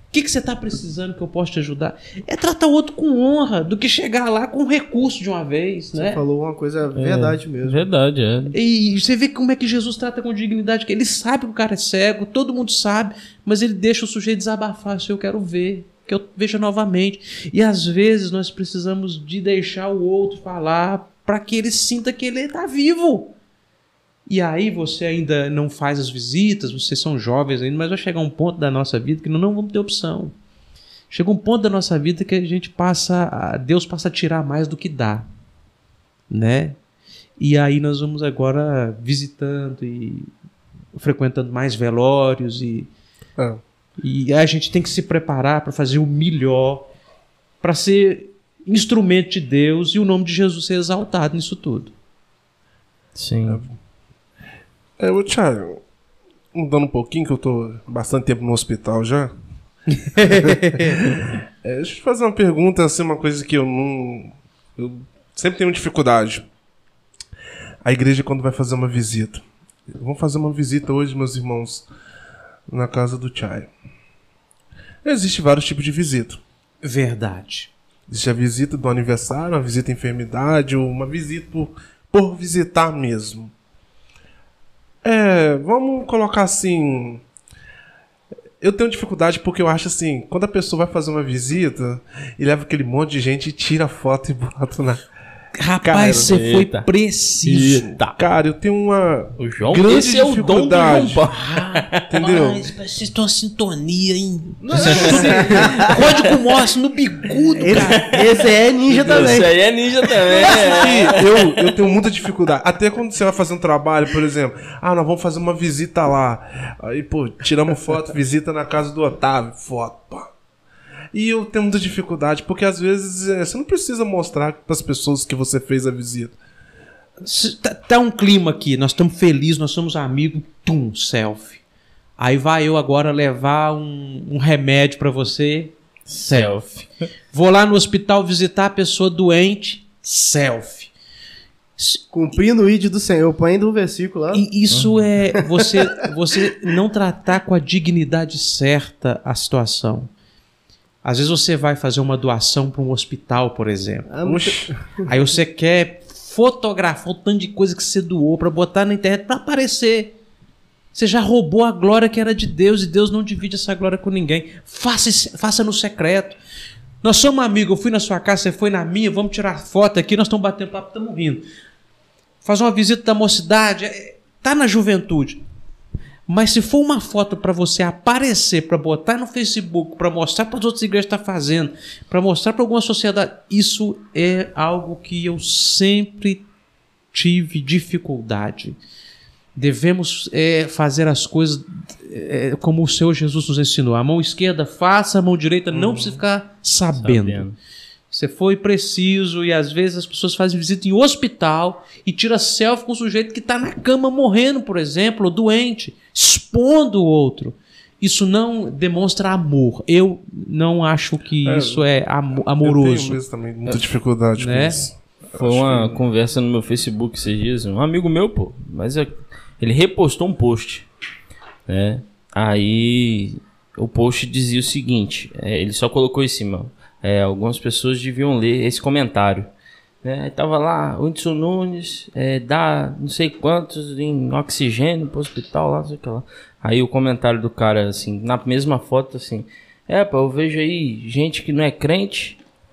O que, que você está precisando que eu possa te ajudar? É tratar o outro com honra do que chegar lá com recurso de uma vez, Você né? falou uma coisa verdade mesmo. Verdade, é. E você vê como é que Jesus trata com dignidade, que ele sabe que o cara é cego, todo mundo sabe, mas ele deixa o sujeito desabafar, isso eu quero ver, que eu veja novamente. E às vezes nós precisamos de deixar o outro falar para que ele sinta que ele está vivo. E aí você ainda não faz as visitas, vocês são jovens ainda, mas vai chegar um ponto da nossa vida que não vamos ter opção. Chega um ponto da nossa vida que a gente passa, a, Deus passa a tirar mais do que dá, né? E aí nós vamos agora visitando e frequentando mais velórios e, É. e a gente tem que se preparar para fazer o melhor, para ser instrumento de Deus e o nome de Jesus ser exaltado nisso tudo. Sim. É, o Thiago, mudando um pouquinho, que eu tô bastante tempo no hospital já. É, deixa eu te fazer uma pergunta, assim, uma coisa que eu não... Eu sempre tenho dificuldade. A igreja, quando vai fazer uma visita. Vamos fazer uma visita hoje, meus irmãos, na casa do Thiago. Existem vários tipos de visita. Verdade. Existe a visita do aniversário, uma visita à enfermidade, ou uma visita por, por visitar mesmo. É, vamos colocar assim... Eu tenho dificuldade porque eu acho assim, quando a pessoa vai fazer uma visita e leva aquele monte de gente e tira a foto e bota na... Rapaz, Cara, você eita. foi preciso. Eita. Cara, eu tenho uma O João, grande esse é o dom do João dificuldade. Paulo. Entendeu? Mas vocês estão em sintonia, hein? Código Morse no bicudo, cara. Esse é ninja também. Esse aí é ninja também. E eu, eu tenho muita dificuldade. Até quando você vai fazer um trabalho, por exemplo, ah, nós vamos fazer uma visita lá. Aí, pô, tiramos foto, visita na casa do Otávio, foto, pá. E eu tenho muita dificuldade, porque às vezes é, você não precisa mostrar para as pessoas que você fez a visita. Tá, tá um clima aqui, nós estamos felizes, nós somos amigos, tum, selfie. Aí vai eu agora levar um, um remédio pra você, selfie. Vou lá no hospital visitar a pessoa doente, selfie. Cumprindo o ídolo do Senhor, põe ainda um versículo lá. E isso é você, você não tratar com a dignidade certa a situação. Às vezes você vai fazer uma doação para um hospital, por exemplo. Ah, muito- Oxi. Aí você quer fotografar o tanto de coisa que você doou para botar na internet para aparecer. Você já roubou a glória que era de Deus e Deus não divide essa glória com ninguém. Faça, faça no secreto. Nós somos amigos, eu fui na sua casa, você foi na minha, vamos tirar foto aqui, nós estamos batendo papo, estamos rindo. Faz uma visita da mocidade, é, tá na juventude. Mas se for uma foto para você aparecer, para botar no Facebook, para mostrar para as outras igrejas que está fazendo, para mostrar para alguma sociedade, isso é algo que eu sempre tive dificuldade. Devemos é, fazer as coisas é, como o Senhor Jesus nos ensinou. A mão esquerda faça, a mão direita não precisa ficar sabendo. Sabendo. Você foi preciso e às vezes as pessoas fazem visita em hospital e tira selfie com o sujeito que está na cama morrendo, por exemplo, ou doente, expondo o outro. Isso não demonstra amor. Eu não acho que É, isso é amo- Eu amoroso. tenho mesmo também muita dificuldade Né? com isso. Foi uma conversa no meu Facebook esses dias. Um amigo meu, pô, mas é- ele repostou um post, né? Aí o post dizia o seguinte: é, ele só colocou em cima. É, algumas pessoas deviam ler esse comentário. Né? Aí tava lá, o Whindersson Nunes é, dá não sei quantos em oxigênio pro hospital, lá, não sei o que lá. Aí o comentário do cara, assim, na mesma foto, assim: é, pô, eu vejo aí gente que não é crente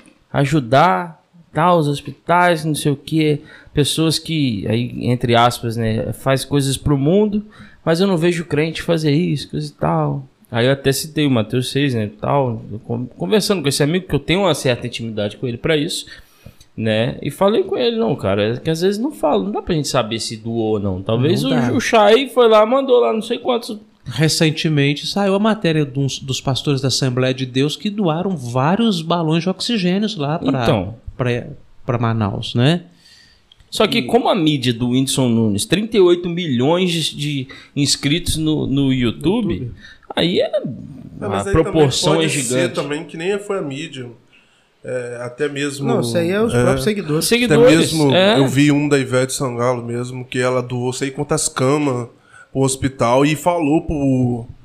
ajudar, tal, os hospitais, não sei o que, pessoas que, aí, entre aspas, né, faz coisas pro mundo, mas eu não vejo crente fazer isso, coisa e tal. Aí eu até citei o Mateus seis, né, tal, conversando com esse amigo, que eu tenho uma certa intimidade com ele pra isso, né, e falei com ele, não, cara, é que às vezes não fala, não dá pra gente saber se doou ou não. Talvez Não o, dá. o Chay foi lá, mandou lá não sei quantos. Recentemente saiu a matéria dos, dos pastores da Assembleia de Deus que doaram vários balões de oxigênio lá para Então. para Manaus, né? Só que como a mídia do Whindersson Nunes, trinta e oito milhões de, de inscritos no, no YouTube, aí é, Não, mas a aí proporção também é pode ser gigante. também que nem foi a mídia. É, até mesmo... Não, isso aí é os é, próprios seguidores. Até Seguidores, mesmo, é. eu vi um da Ivete Sangalo mesmo, que ela doou sei quantas camas pro hospital e falou pro,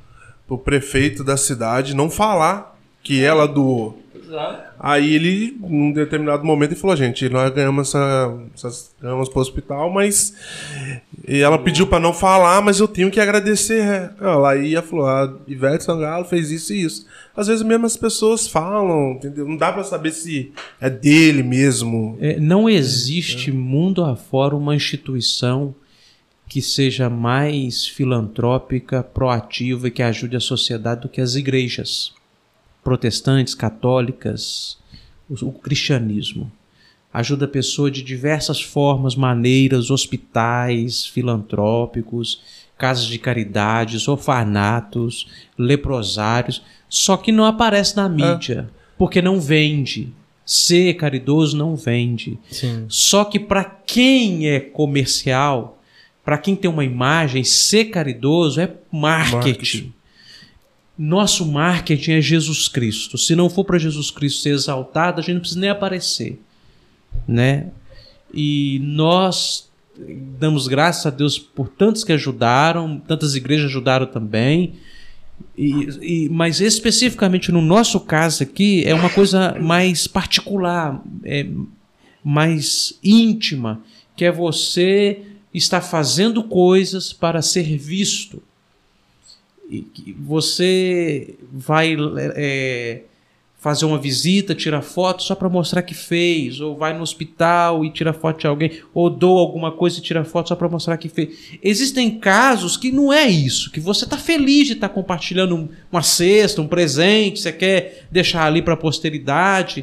pro prefeito da cidade não falar que ela doou. Exato. Aí ele, num determinado momento, ele falou, gente, nós ganhamos essa, essas ganhamos pro hospital, mas e ela pediu pra não falar, mas eu tenho que agradecer. Ela aí falou, a Ivete Sangalo fez isso e isso. Às vezes mesmo as pessoas falam, entendeu? Não dá pra saber se é dele mesmo. É, não existe mundo afora uma instituição que seja mais filantrópica, proativa e que ajude a sociedade do que as igrejas protestantes, católicas, o, o cristianismo. Ajuda a pessoa de diversas formas, maneiras, hospitais filantrópicos, casas de caridades, orfanatos, leprosários, só que não aparece na mídia, é. porque não vende. Ser caridoso não vende. Sim. Só que para quem é comercial, para quem tem uma imagem, ser caridoso é marketing. marketing. Nosso marketing é Jesus Cristo. Se não for para Jesus Cristo ser exaltado, a gente não precisa nem aparecer, né? E nós damos graças a Deus por tantos que ajudaram, tantas igrejas ajudaram também. E, e, mas especificamente no nosso caso aqui é uma coisa mais particular, é, mais íntima, que é você estar fazendo coisas para ser visto. Você vai é, fazer uma visita, tira foto só para mostrar que fez, ou vai no hospital e tira foto de alguém, ou doa alguma coisa e tira foto só para mostrar que fez. Existem casos que não é isso, que você está feliz de estar tá compartilhando uma cesta, um presente, você quer deixar ali para a posteridade,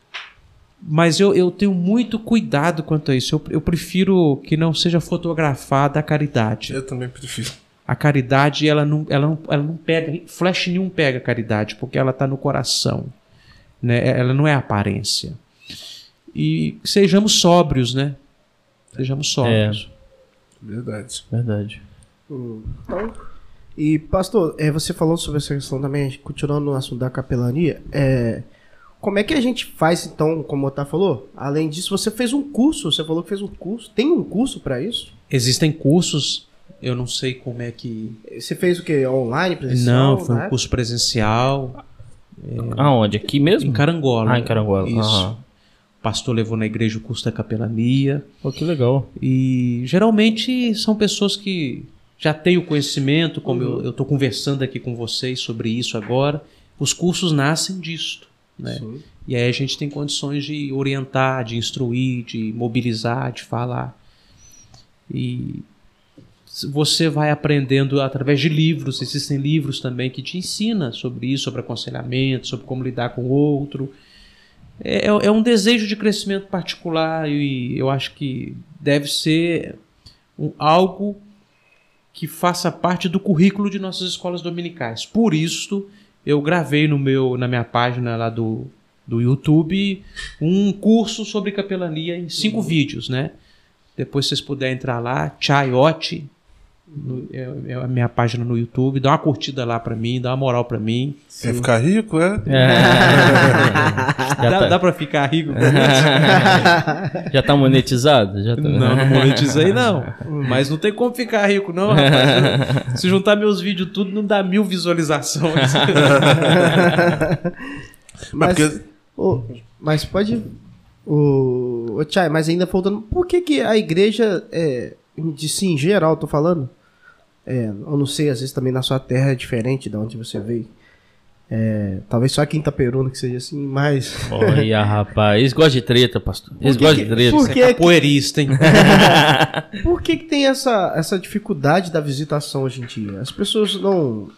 mas eu, eu tenho muito cuidado quanto a isso. Eu, eu prefiro que não seja fotografada a caridade. Eu também prefiro. A caridade, ela não, ela não, ela não pega, flash nenhum pega a caridade, porque ela está no coração, né? Ela não é aparência. E sejamos sóbrios, né? Sejamos sóbrios. É. Verdade. Verdade. Então, e pastor, é, você falou sobre essa questão também, continuando no assunto da capelania, é, como é que a gente faz então, como o Otávio falou? Além disso, você fez um curso, você falou que fez um curso, tem um curso para isso? Existem cursos. Eu não sei como é que... Você fez o quê? Online, presencial? Não, foi um curso presencial. É... Aonde? Aqui mesmo? Em Carangola. Ah, em Carangola. Isso. Uhum. O pastor levou na igreja o curso da capelania. Pô, que legal. E geralmente são pessoas que já têm o conhecimento, como uhum. eu estou conversando aqui com vocês sobre isso agora. Os cursos nascem disto, né? Sim. E aí a gente tem condições de orientar, de instruir, de mobilizar, de falar. E... você vai aprendendo através de livros, existem livros também que te ensinam sobre isso, sobre aconselhamento, sobre como lidar com o outro. É, é um desejo de crescimento particular e eu acho que deve ser um, algo que faça parte do currículo de nossas escolas dominicais. Por isso, eu gravei no meu, na minha página lá do, do YouTube um curso sobre capelania em cinco uhum. vídeos, né? Depois vocês puderem entrar lá, Chayote, No, é, é a minha página no YouTube, dá uma curtida lá pra mim, dá uma moral pra mim. Quer ficar rico, é? é. dá, tá. dá pra ficar rico? Já tá monetizado? Já tá... Não, não monetizei não. Mas não tem como ficar rico não, rapaz. Se juntar meus vídeos tudo, não dá mil visualizações. mas, porque... oh, mas pode... O oh, Chay, mas ainda faltando... Por que que a igreja... É... de si em geral, tô falando, é, eu não sei, às vezes também na sua terra é diferente de onde você veio, é, talvez só aqui em Itaperuna que seja assim, mas... Olha, rapaz, eles gostam de treta, pastor, eles gostam de treta. Por que é capoeirista, hein? Por que que tem essa, essa dificuldade da visitação hoje em dia? As pessoas não...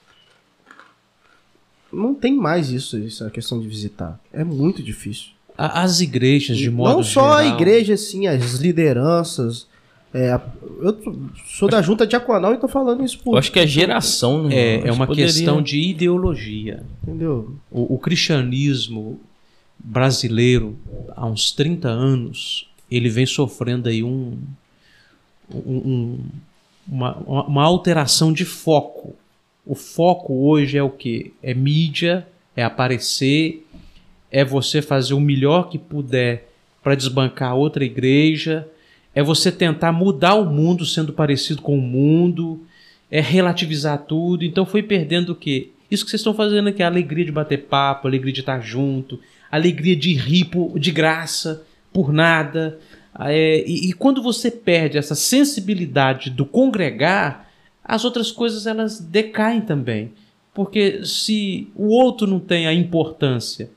Não tem mais isso, essa questão de visitar, é muito difícil. As igrejas, de modo geral... Não só a igreja, sim, as lideranças... É, eu sou da junta diaconal e tô falando isso por... Eu acho que é geração, né? É, é uma poderia... questão de ideologia. Entendeu? O, o cristianismo brasileiro, há uns trinta anos, ele vem sofrendo aí um, um, um, uma, uma alteração de foco. O foco hoje é o quê? É mídia, é aparecer, é você fazer o melhor que puder para desbancar outra igreja... É você tentar mudar o mundo sendo parecido com o mundo. é relativizar tudo. Então foi perdendo o quê? Isso que vocês estão fazendo aqui, a alegria de bater papo, a alegria de estar junto, a alegria de rir por, de graça, por nada. É, e, e quando você perde essa sensibilidade do congregar, as outras coisas elas decaem também. Porque se o outro não tem a importância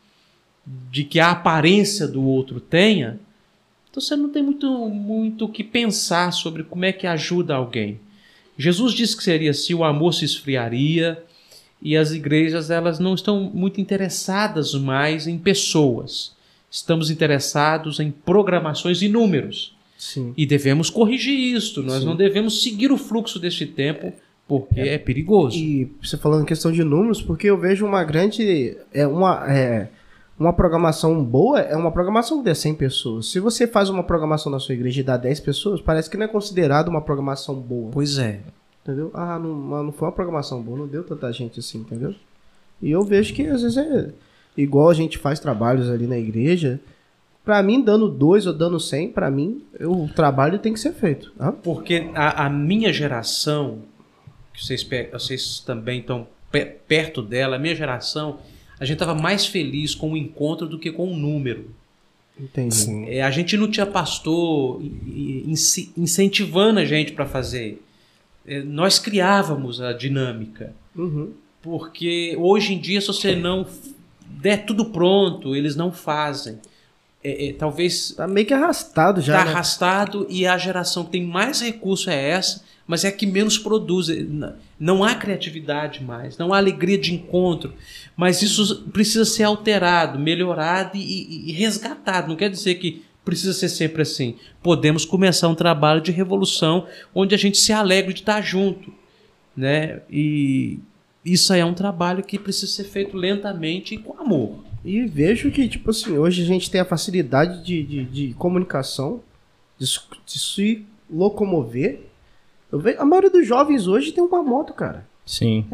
de que a aparência do outro tenha, então você não tem muito muito o que pensar sobre como é que ajuda alguém. Jesus disse que seria assim, o amor se esfriaria, e as igrejas elas não estão muito interessadas mais em pessoas. Estamos interessados em programações e números. Sim. E devemos corrigir isto. Nós Sim. não devemos seguir o fluxo deste tempo, porque é, é perigoso. E você falando em questão de números, porque eu vejo uma grande... É uma, é, uma programação boa é uma programação que dê cem pessoas. Se você faz uma programação na sua igreja e dá dez pessoas, parece que não é considerado uma programação boa. Pois é. Entendeu? Ah, não, não foi uma programação boa, não deu tanta gente assim, entendeu? E eu vejo que às vezes é igual a gente faz trabalhos ali na igreja. Pra mim, dando dois ou dando cem, pra mim, eu, o trabalho tem que ser feito. Tá? Porque a, a minha geração, que vocês, vocês também estão pe- perto dela, a minha geração, a gente estava mais feliz com o encontro do que com o número. Entendi. Sim. É, a gente não tinha pastor in- in- incentivando a gente para fazer. É, nós criávamos a dinâmica. Uhum. Porque hoje em dia, se você não der tudo pronto, eles não fazem. É, é, talvez Tá meio que arrastado já, está né? arrastado, e a geração que tem mais recurso é essa, mas é a que menos produz. Não há criatividade mais, não há alegria de encontro. Mas isso precisa ser alterado, melhorado e, e resgatado. Não quer dizer que precisa ser sempre assim. Podemos começar um trabalho de revolução onde a gente se alegre de estar junto, né? E isso aí é um trabalho que precisa ser feito lentamente e com amor. E vejo que, tipo assim, hoje a gente tem a facilidade de, de, de comunicação, de, de se locomover. Eu vejo, a maioria dos jovens hoje tem uma moto, cara. Sim.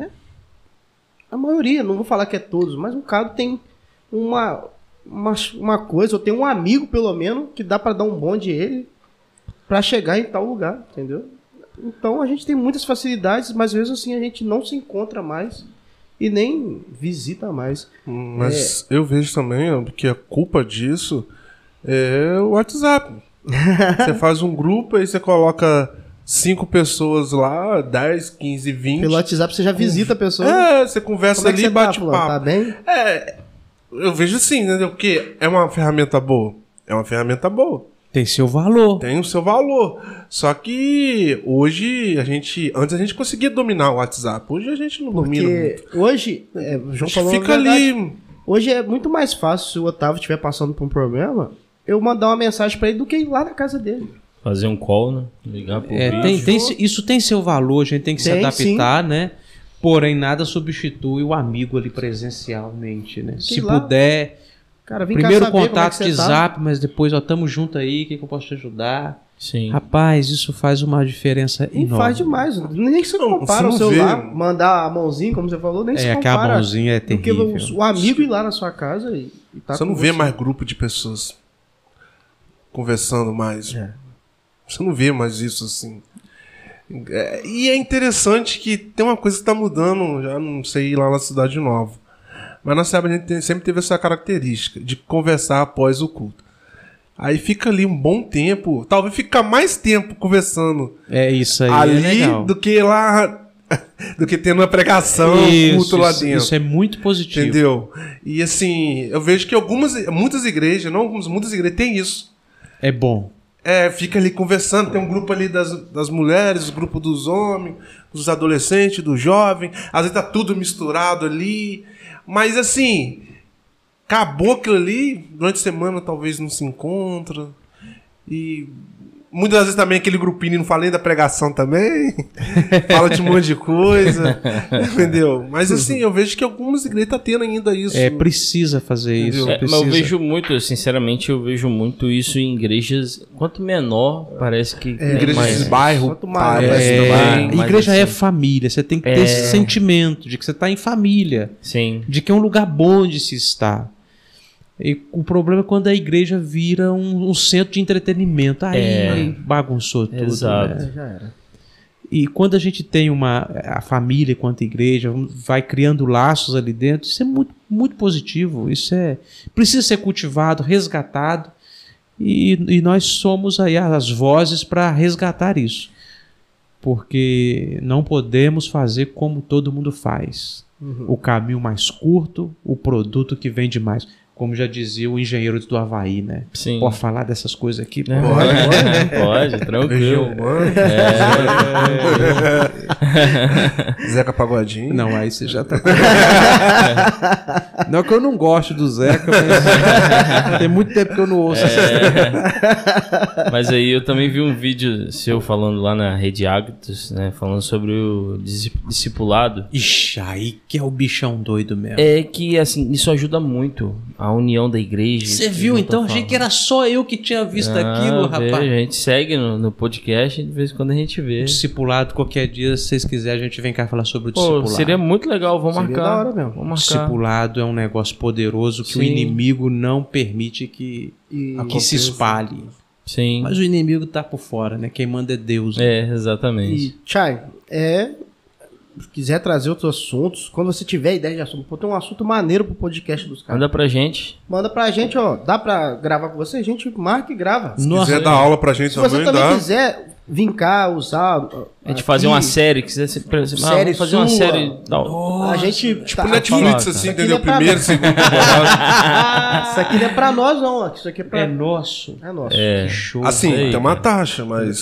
A maioria, não vou falar que é todos, mas um cara tem uma, uma, uma coisa, ou tem um amigo, pelo menos, que dá pra dar um bonde a ele pra chegar em tal lugar, entendeu? Então a gente tem muitas facilidades, mas às vezes assim a gente não se encontra mais e nem visita mais. Mas eu vejo também ó, que a culpa disso é o WhatsApp. Você faz um grupo, aí você coloca cinco pessoas lá, dez, quinze, vinte. Pelo WhatsApp você já visita a pessoa. É, você conversa Como é que ali e você tá, bate fulano? papo. Tá bem? É, eu vejo assim, entendeu? Porque é uma ferramenta boa. É uma ferramenta boa. Tem seu valor. Tem o seu valor. Só que hoje a gente. Antes a gente conseguia dominar o WhatsApp. Hoje a gente não domina muito. Porque hoje, é, o A João gente falou a fica verdade. ali. Hoje é muito mais fácil, se o Otávio estiver passando por um problema, eu mandar uma mensagem pra ele do que ir lá na casa dele. Fazer um call, né? Ligar pro É, vídeo. tem, tem, isso tem seu valor, a gente tem que se Tem, adaptar, né? Porém, nada substitui o amigo ali presencialmente, né? Se lá, puder, Cara, vem primeiro cá saber como é que contato você de tá. zap, mas depois, ó, tamo junto aí, o que, que eu posso te ajudar? Sim. Rapaz, isso faz uma diferença E enorme. faz demais. Nem que você Não, compara você o não celular, vê. mandar a mãozinha, como você falou, nem se É, compara. aquela mãozinha é Porque terrível. o, o amigo ir lá na sua casa e, e tá Você com não vê mais grupo de pessoas conversando mais. É. Você não vê mais isso assim. É, e é interessante que tem uma coisa que está mudando, já não sei lá na Cidade Nova. Mas na Seba a gente tem- sempre teve essa característica de conversar após o culto. Aí fica ali um bom tempo, talvez ficar mais tempo conversando É isso aí, ali é legal. do que lá, do que tendo uma pregação, um Isso, culto lá isso, dentro. isso é muito positivo. Entendeu? E assim, eu vejo que algumas, muitas igrejas, não algumas, muitas igrejas têm isso. É bom. É, fica ali conversando, tem um grupo ali das, das mulheres, o grupo dos homens, dos adolescentes, dos jovens, às vezes tá tudo misturado ali, mas assim, acabou aquilo ali, durante a semana talvez não se encontra, e muitas vezes também aquele grupinho não fala nem da pregação também, fala de um monte de coisa, entendeu? Mas assim, eu vejo que algumas igrejas estão tendo ainda isso. É, precisa fazer isso. Entendeu? É, mas precisa. eu vejo muito, sinceramente, eu vejo muito isso em igrejas. Quanto menor, parece que. tem Igrejas mais- de bairro, Quanto mais- parece É, também. mas igreja assim- é família, você tem que ter É. esse sentimento de que você está em família, Sim. de que é um lugar bom de se estar. E o problema é quando a igreja vira um, um centro de entretenimento. Aí É. bagunçou tudo. Exato. né? É, já era. E quando a gente tem uma, a família quanto a igreja, vai criando laços ali dentro, isso é muito, muito positivo, isso é, precisa ser cultivado, resgatado, e, e nós somos aí as vozes para resgatar isso, porque não podemos fazer como todo mundo faz, uhum. o caminho mais curto, o produto que vende mais. Como já dizia o engenheiro do Havaí, né? Sim. Pode falar dessas coisas aqui? É, pode, pode, pode, tranquilo. É. Zeca Pagodinho. Não, aí você já tá... Não que eu não gosto do Zeca, mas tem muito tempo que eu não ouço. É. Mas aí eu também vi um vídeo seu falando lá na Rede Ágatos, né? Falando sobre o discipulado. Ixi, aí que é o bichão doido mesmo. É que, assim, isso ajuda muito a união da igreja. Você viu, então? Achei que era só eu que tinha visto ah, aquilo, rapaz. Vejo, a gente segue no, no podcast e de vez em quando a gente vê. Discipulado, qualquer dia, se vocês quiserem, a gente vem cá falar sobre o Pô, discipulado. Seria muito legal, vamos marcar. Da hora mesmo. Vamos marcar. Discipulado é um negócio poderoso que Sim. o inimigo não permite que, que se espalhe. Sim. Mas o inimigo tá por fora, né? Quem manda é Deus. Né? É, exatamente. E, Chay, é... Se quiser trazer outros assuntos, quando você tiver ideia de assunto, pô, tem um assunto maneiro pro podcast dos caras. Manda pra gente. Manda pra gente, ó. Dá pra gravar com você? A gente marca e grava. Se Nossa, quiser dar aula pra gente se também, você também dá. quiser vir cá, usar... A gente fazer uma série, quiser se, ah, série fazer uma sua. série... Não. A gente... Tipo tá, Netflix, tá, assim, tá, entendeu? é Primeiro, nós. segundo temporada. Isso aqui não é pra nós, não. Isso aqui é pra... É nosso. É nosso. É. Que show. Assim, Aí, tem uma taxa, mas...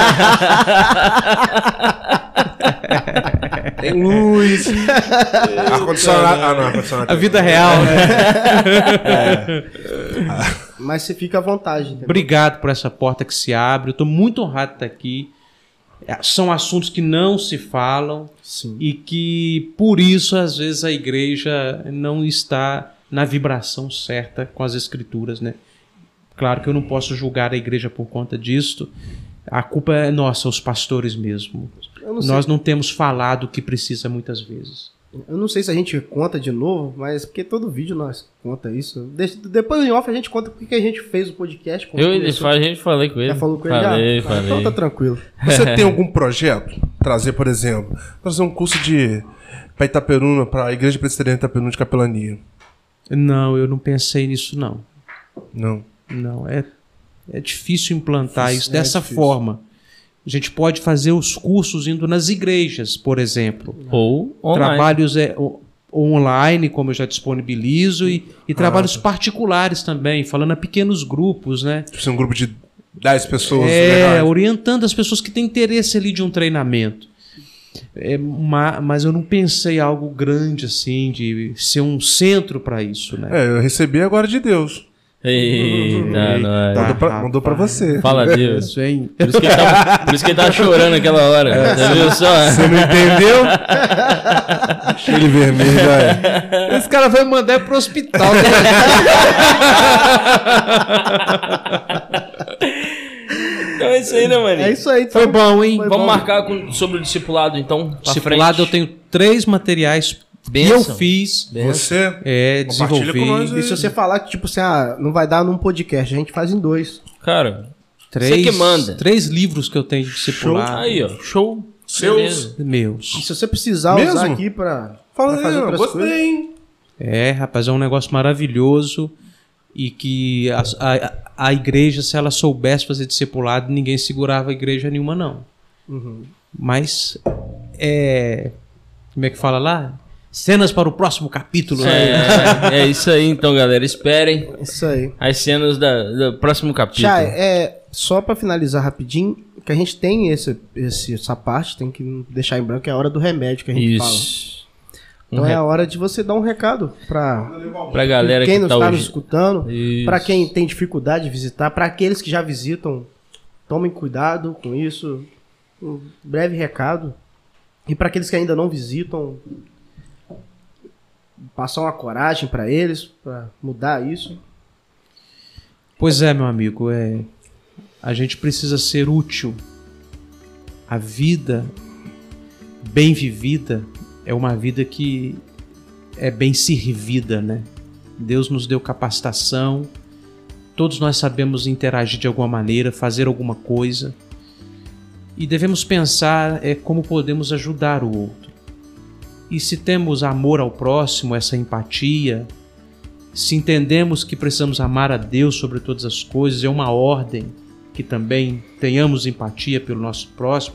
Tem luz. Ar-condicionado. Ah, não, ar-condicionado. A vida real, né? É. Mas você fica à vontade. Entendeu? Obrigado por essa porta que se abre. Eu estou muito honrado de estar aqui. São assuntos que não se falam. Sim. E que, por isso, às vezes, a igreja não está na vibração certa com as escrituras, né? Claro que eu não posso julgar a igreja por conta disso. A culpa é nossa, os pastores mesmo. Não Nós não temos falado o que precisa muitas vezes. Eu não sei se a gente conta de novo, mas porque todo vídeo nós conta isso. Deixa, depois em off a gente conta porque que a gente fez o podcast. Eu ele faz, a gente falei com ele. Já falou com ele? Falei, já? falei. Então tá tranquilo. Você tem algum projeto? Trazer, por exemplo, trazer um curso de para Itaperuna, para a Igreja Presbiteriana de Itaperuna de Capelania? Não, eu não pensei nisso, não. Não. Não, é, é difícil implantar Difícil, isso dessa é difícil. forma. A gente pode fazer os cursos indo nas igrejas, por exemplo. Ou online. Trabalhos é, o, online, como eu já disponibilizo, e, e trabalhos tá. particulares também, falando a pequenos grupos, né? Tipo, um grupo de dez pessoas. É, legais. orientando as pessoas que têm interesse ali de um treinamento. É, ma, mas eu não pensei em algo grande assim, de ser um centro para isso, né? É, eu recebi agora de Deus. Eita, nós. Mandou pra, mandou pra você. Fala Deus. Isso, hein? Por isso que ele tava, por isso que ele tava chorando naquela hora. É, Você viu só? Você não entendeu? Deixa ele vermelho, vai. Esse cara vai mandar pro hospital. Né? Então é isso aí, né, mano? É isso aí. Então. Foi bom, hein? Foi Vamos bom. marcar com, sobre o discipulado, então. Pra Discipulado, frente. eu tenho três materiais Benção. que eu fiz. Você É, compartilha desenvolvi. com nós aí. E se você falar que, tipo assim, ah, não vai dar num podcast, a gente faz em dois. Cara, Três, Você que manda. Três livros que eu tenho de discipulado. aí, ó. Show. Seus. Beleza. Meus. E se você precisar Mesmo? usar aqui pra, Fala pra fazer aí, ó, outras gostei, coisas. hein? É, rapaz, é um negócio maravilhoso e que a, a, a igreja, se ela soubesse fazer discipulado, ninguém segurava a igreja nenhuma, não. Uhum. Mas, é... Como é que fala lá? Cenas para o próximo capítulo. né? É, é isso aí, então, galera. Esperem Isso aí. as cenas da, do próximo capítulo. Já, é, só pra finalizar rapidinho, que a gente tem esse, esse, essa parte, tem que deixar em branco, é a hora do remédio que a gente fala. Isso. Então Um é re- a hora de você dar um recado pra Pra galera quem que não tá está hoje. nos escutando, Isso. pra quem tem dificuldade de visitar, pra aqueles que já visitam, tomem cuidado com isso. Um breve recado. E pra aqueles que ainda não visitam, passar uma coragem pra eles, pra mudar isso. Pois é, meu amigo, é... a gente precisa ser útil. A vida bem vivida é uma vida que é bem servida, né? Deus nos deu capacitação, todos nós sabemos interagir de alguma maneira, fazer alguma coisa. e devemos pensar é, como podemos ajudar o outro. E se temos amor ao próximo, essa empatia, se entendemos que precisamos amar a Deus sobre todas as coisas, é uma ordem que também tenhamos empatia pelo nosso próximo,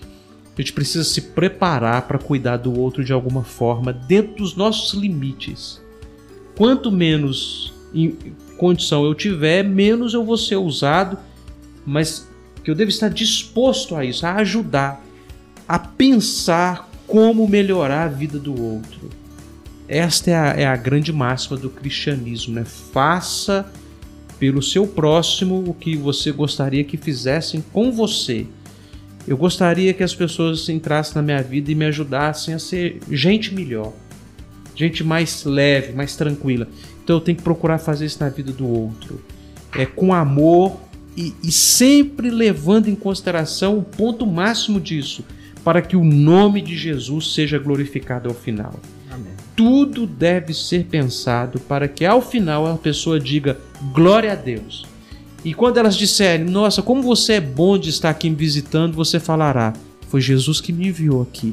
a gente precisa se preparar para cuidar do outro de alguma forma, dentro dos nossos limites. Quanto menos condição eu tiver, menos eu vou ser usado, mas que eu devo estar disposto a isso, a ajudar, a pensar como melhorar a vida do outro. Esta é a, é a grande máxima do cristianismo, né? Faça pelo seu próximo o que você gostaria que fizessem com você. Eu gostaria que as pessoas entrassem na minha vida e me ajudassem a ser gente melhor, gente mais leve, mais tranquila. Então eu tenho que procurar fazer isso na vida do outro, é, com amor e, e sempre levando em consideração o ponto máximo disso, para que o nome de Jesus seja glorificado ao final. Amém. Tudo deve ser pensado para que ao final a pessoa diga glória a Deus. E quando elas disserem, nossa, como você é bom de estar aqui me visitando, você falará, foi Jesus que me enviou aqui.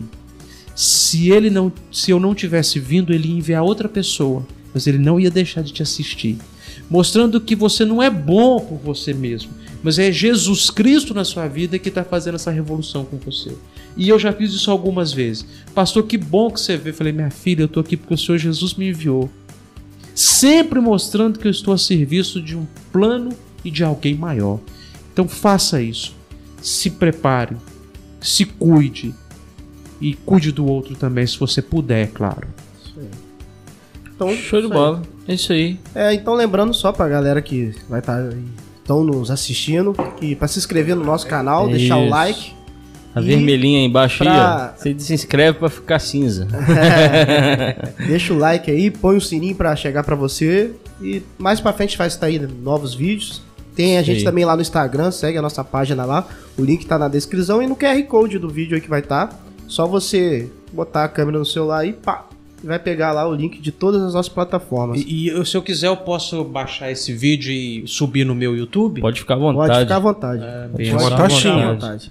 Se, ele não, se eu não tivesse vindo, ele ia enviar outra pessoa, mas ele não ia deixar de te assistir. Mostrando que você não é bom por você mesmo, mas é Jesus Cristo na sua vida que está fazendo essa revolução com você. E eu já fiz isso algumas vezes. Pastor, que bom que você veio. Eu falei, minha filha, eu estou aqui porque o Senhor Jesus me enviou. Sempre mostrando que eu estou a serviço de um plano e de alguém maior. Então faça isso. Se prepare, se cuide e cuide do outro também, se você puder, é claro. Isso aí. Então, Show de isso bola. É isso aí. É, então lembrando só pra galera que vai estar estão nos assistindo, que para se inscrever no nosso canal, Isso. deixar o like. A E vermelhinha aí embaixo pra- aí, ó. Você se inscreve pra ficar cinza. Deixa o like aí, põe o sininho pra chegar pra você. E mais pra frente vai estar aí novos vídeos. Tem a gente Sim. também lá no Instagram, segue a nossa página lá. O link tá na descrição e no Q R Code do vídeo aí que vai estar. Só você botar a câmera no celular e pá, vai pegar lá o link de todas as nossas plataformas. E, e eu, se eu quiser, eu posso baixar esse vídeo e subir no meu YouTube? Pode ficar à vontade. Pode ficar à vontade. Ah, Pode benção. ficar Uma à taxinha. vontade.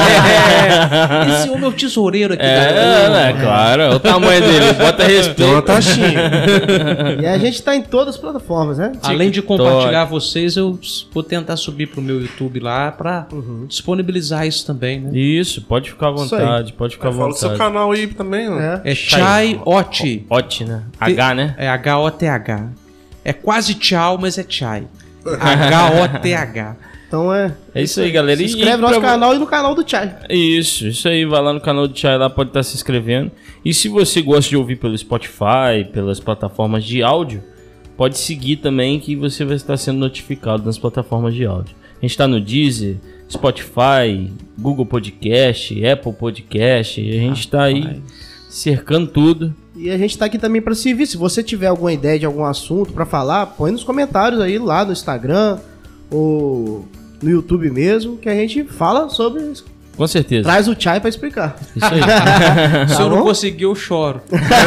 É, esse é o meu tesoureiro aqui. É, da... né, claro. Olha o tamanho dele. Bota Tem uma respeito. taxinha. E a gente tá em todas as plataformas, né? Além de compartilhar vocês, eu vou tentar subir pro meu YouTube lá pra disponibilizar isso também, né? Isso, pode ficar à Isso aí. vontade. Pode ficar à Fala o seu vontade. canal aí também, ó. É. É Chai Ot. Hot, né? H, né? É H O T H. É quase tchau, mas é Chai. H O T H. Então é. É isso aí, galera. Se E- inscreve e no nosso pra- canal e no canal do Chai. Isso, isso aí, vai lá no canal do Chai lá, pode estar se inscrevendo. E se você gosta de ouvir pelo Spotify, pelas plataformas de áudio, pode seguir também que você vai estar sendo notificado nas plataformas de áudio. A gente está no Deezer, Spotify, Google Podcast, Apple Podcast, e a gente está aí cercando tudo. E a gente tá aqui também pra servir. Se você tiver alguma ideia de algum assunto pra falar, põe nos comentários aí lá no Instagram ou no YouTube mesmo, que a gente fala sobre isso. Com certeza. Traz o Chai pra explicar. Isso aí. Se eu não bom? conseguir, eu choro.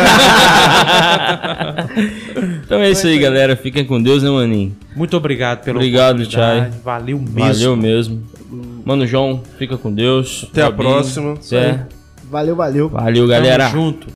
Então é isso aí, galera. Fiquem com Deus, né, maninho? Muito obrigado pela Obrigado, oportunidade. Valeu mesmo. Valeu mesmo. Mano João, fica com Deus. Até a Fabinho, próxima. Zé. Valeu, valeu. Valeu, Tamo galera. junto.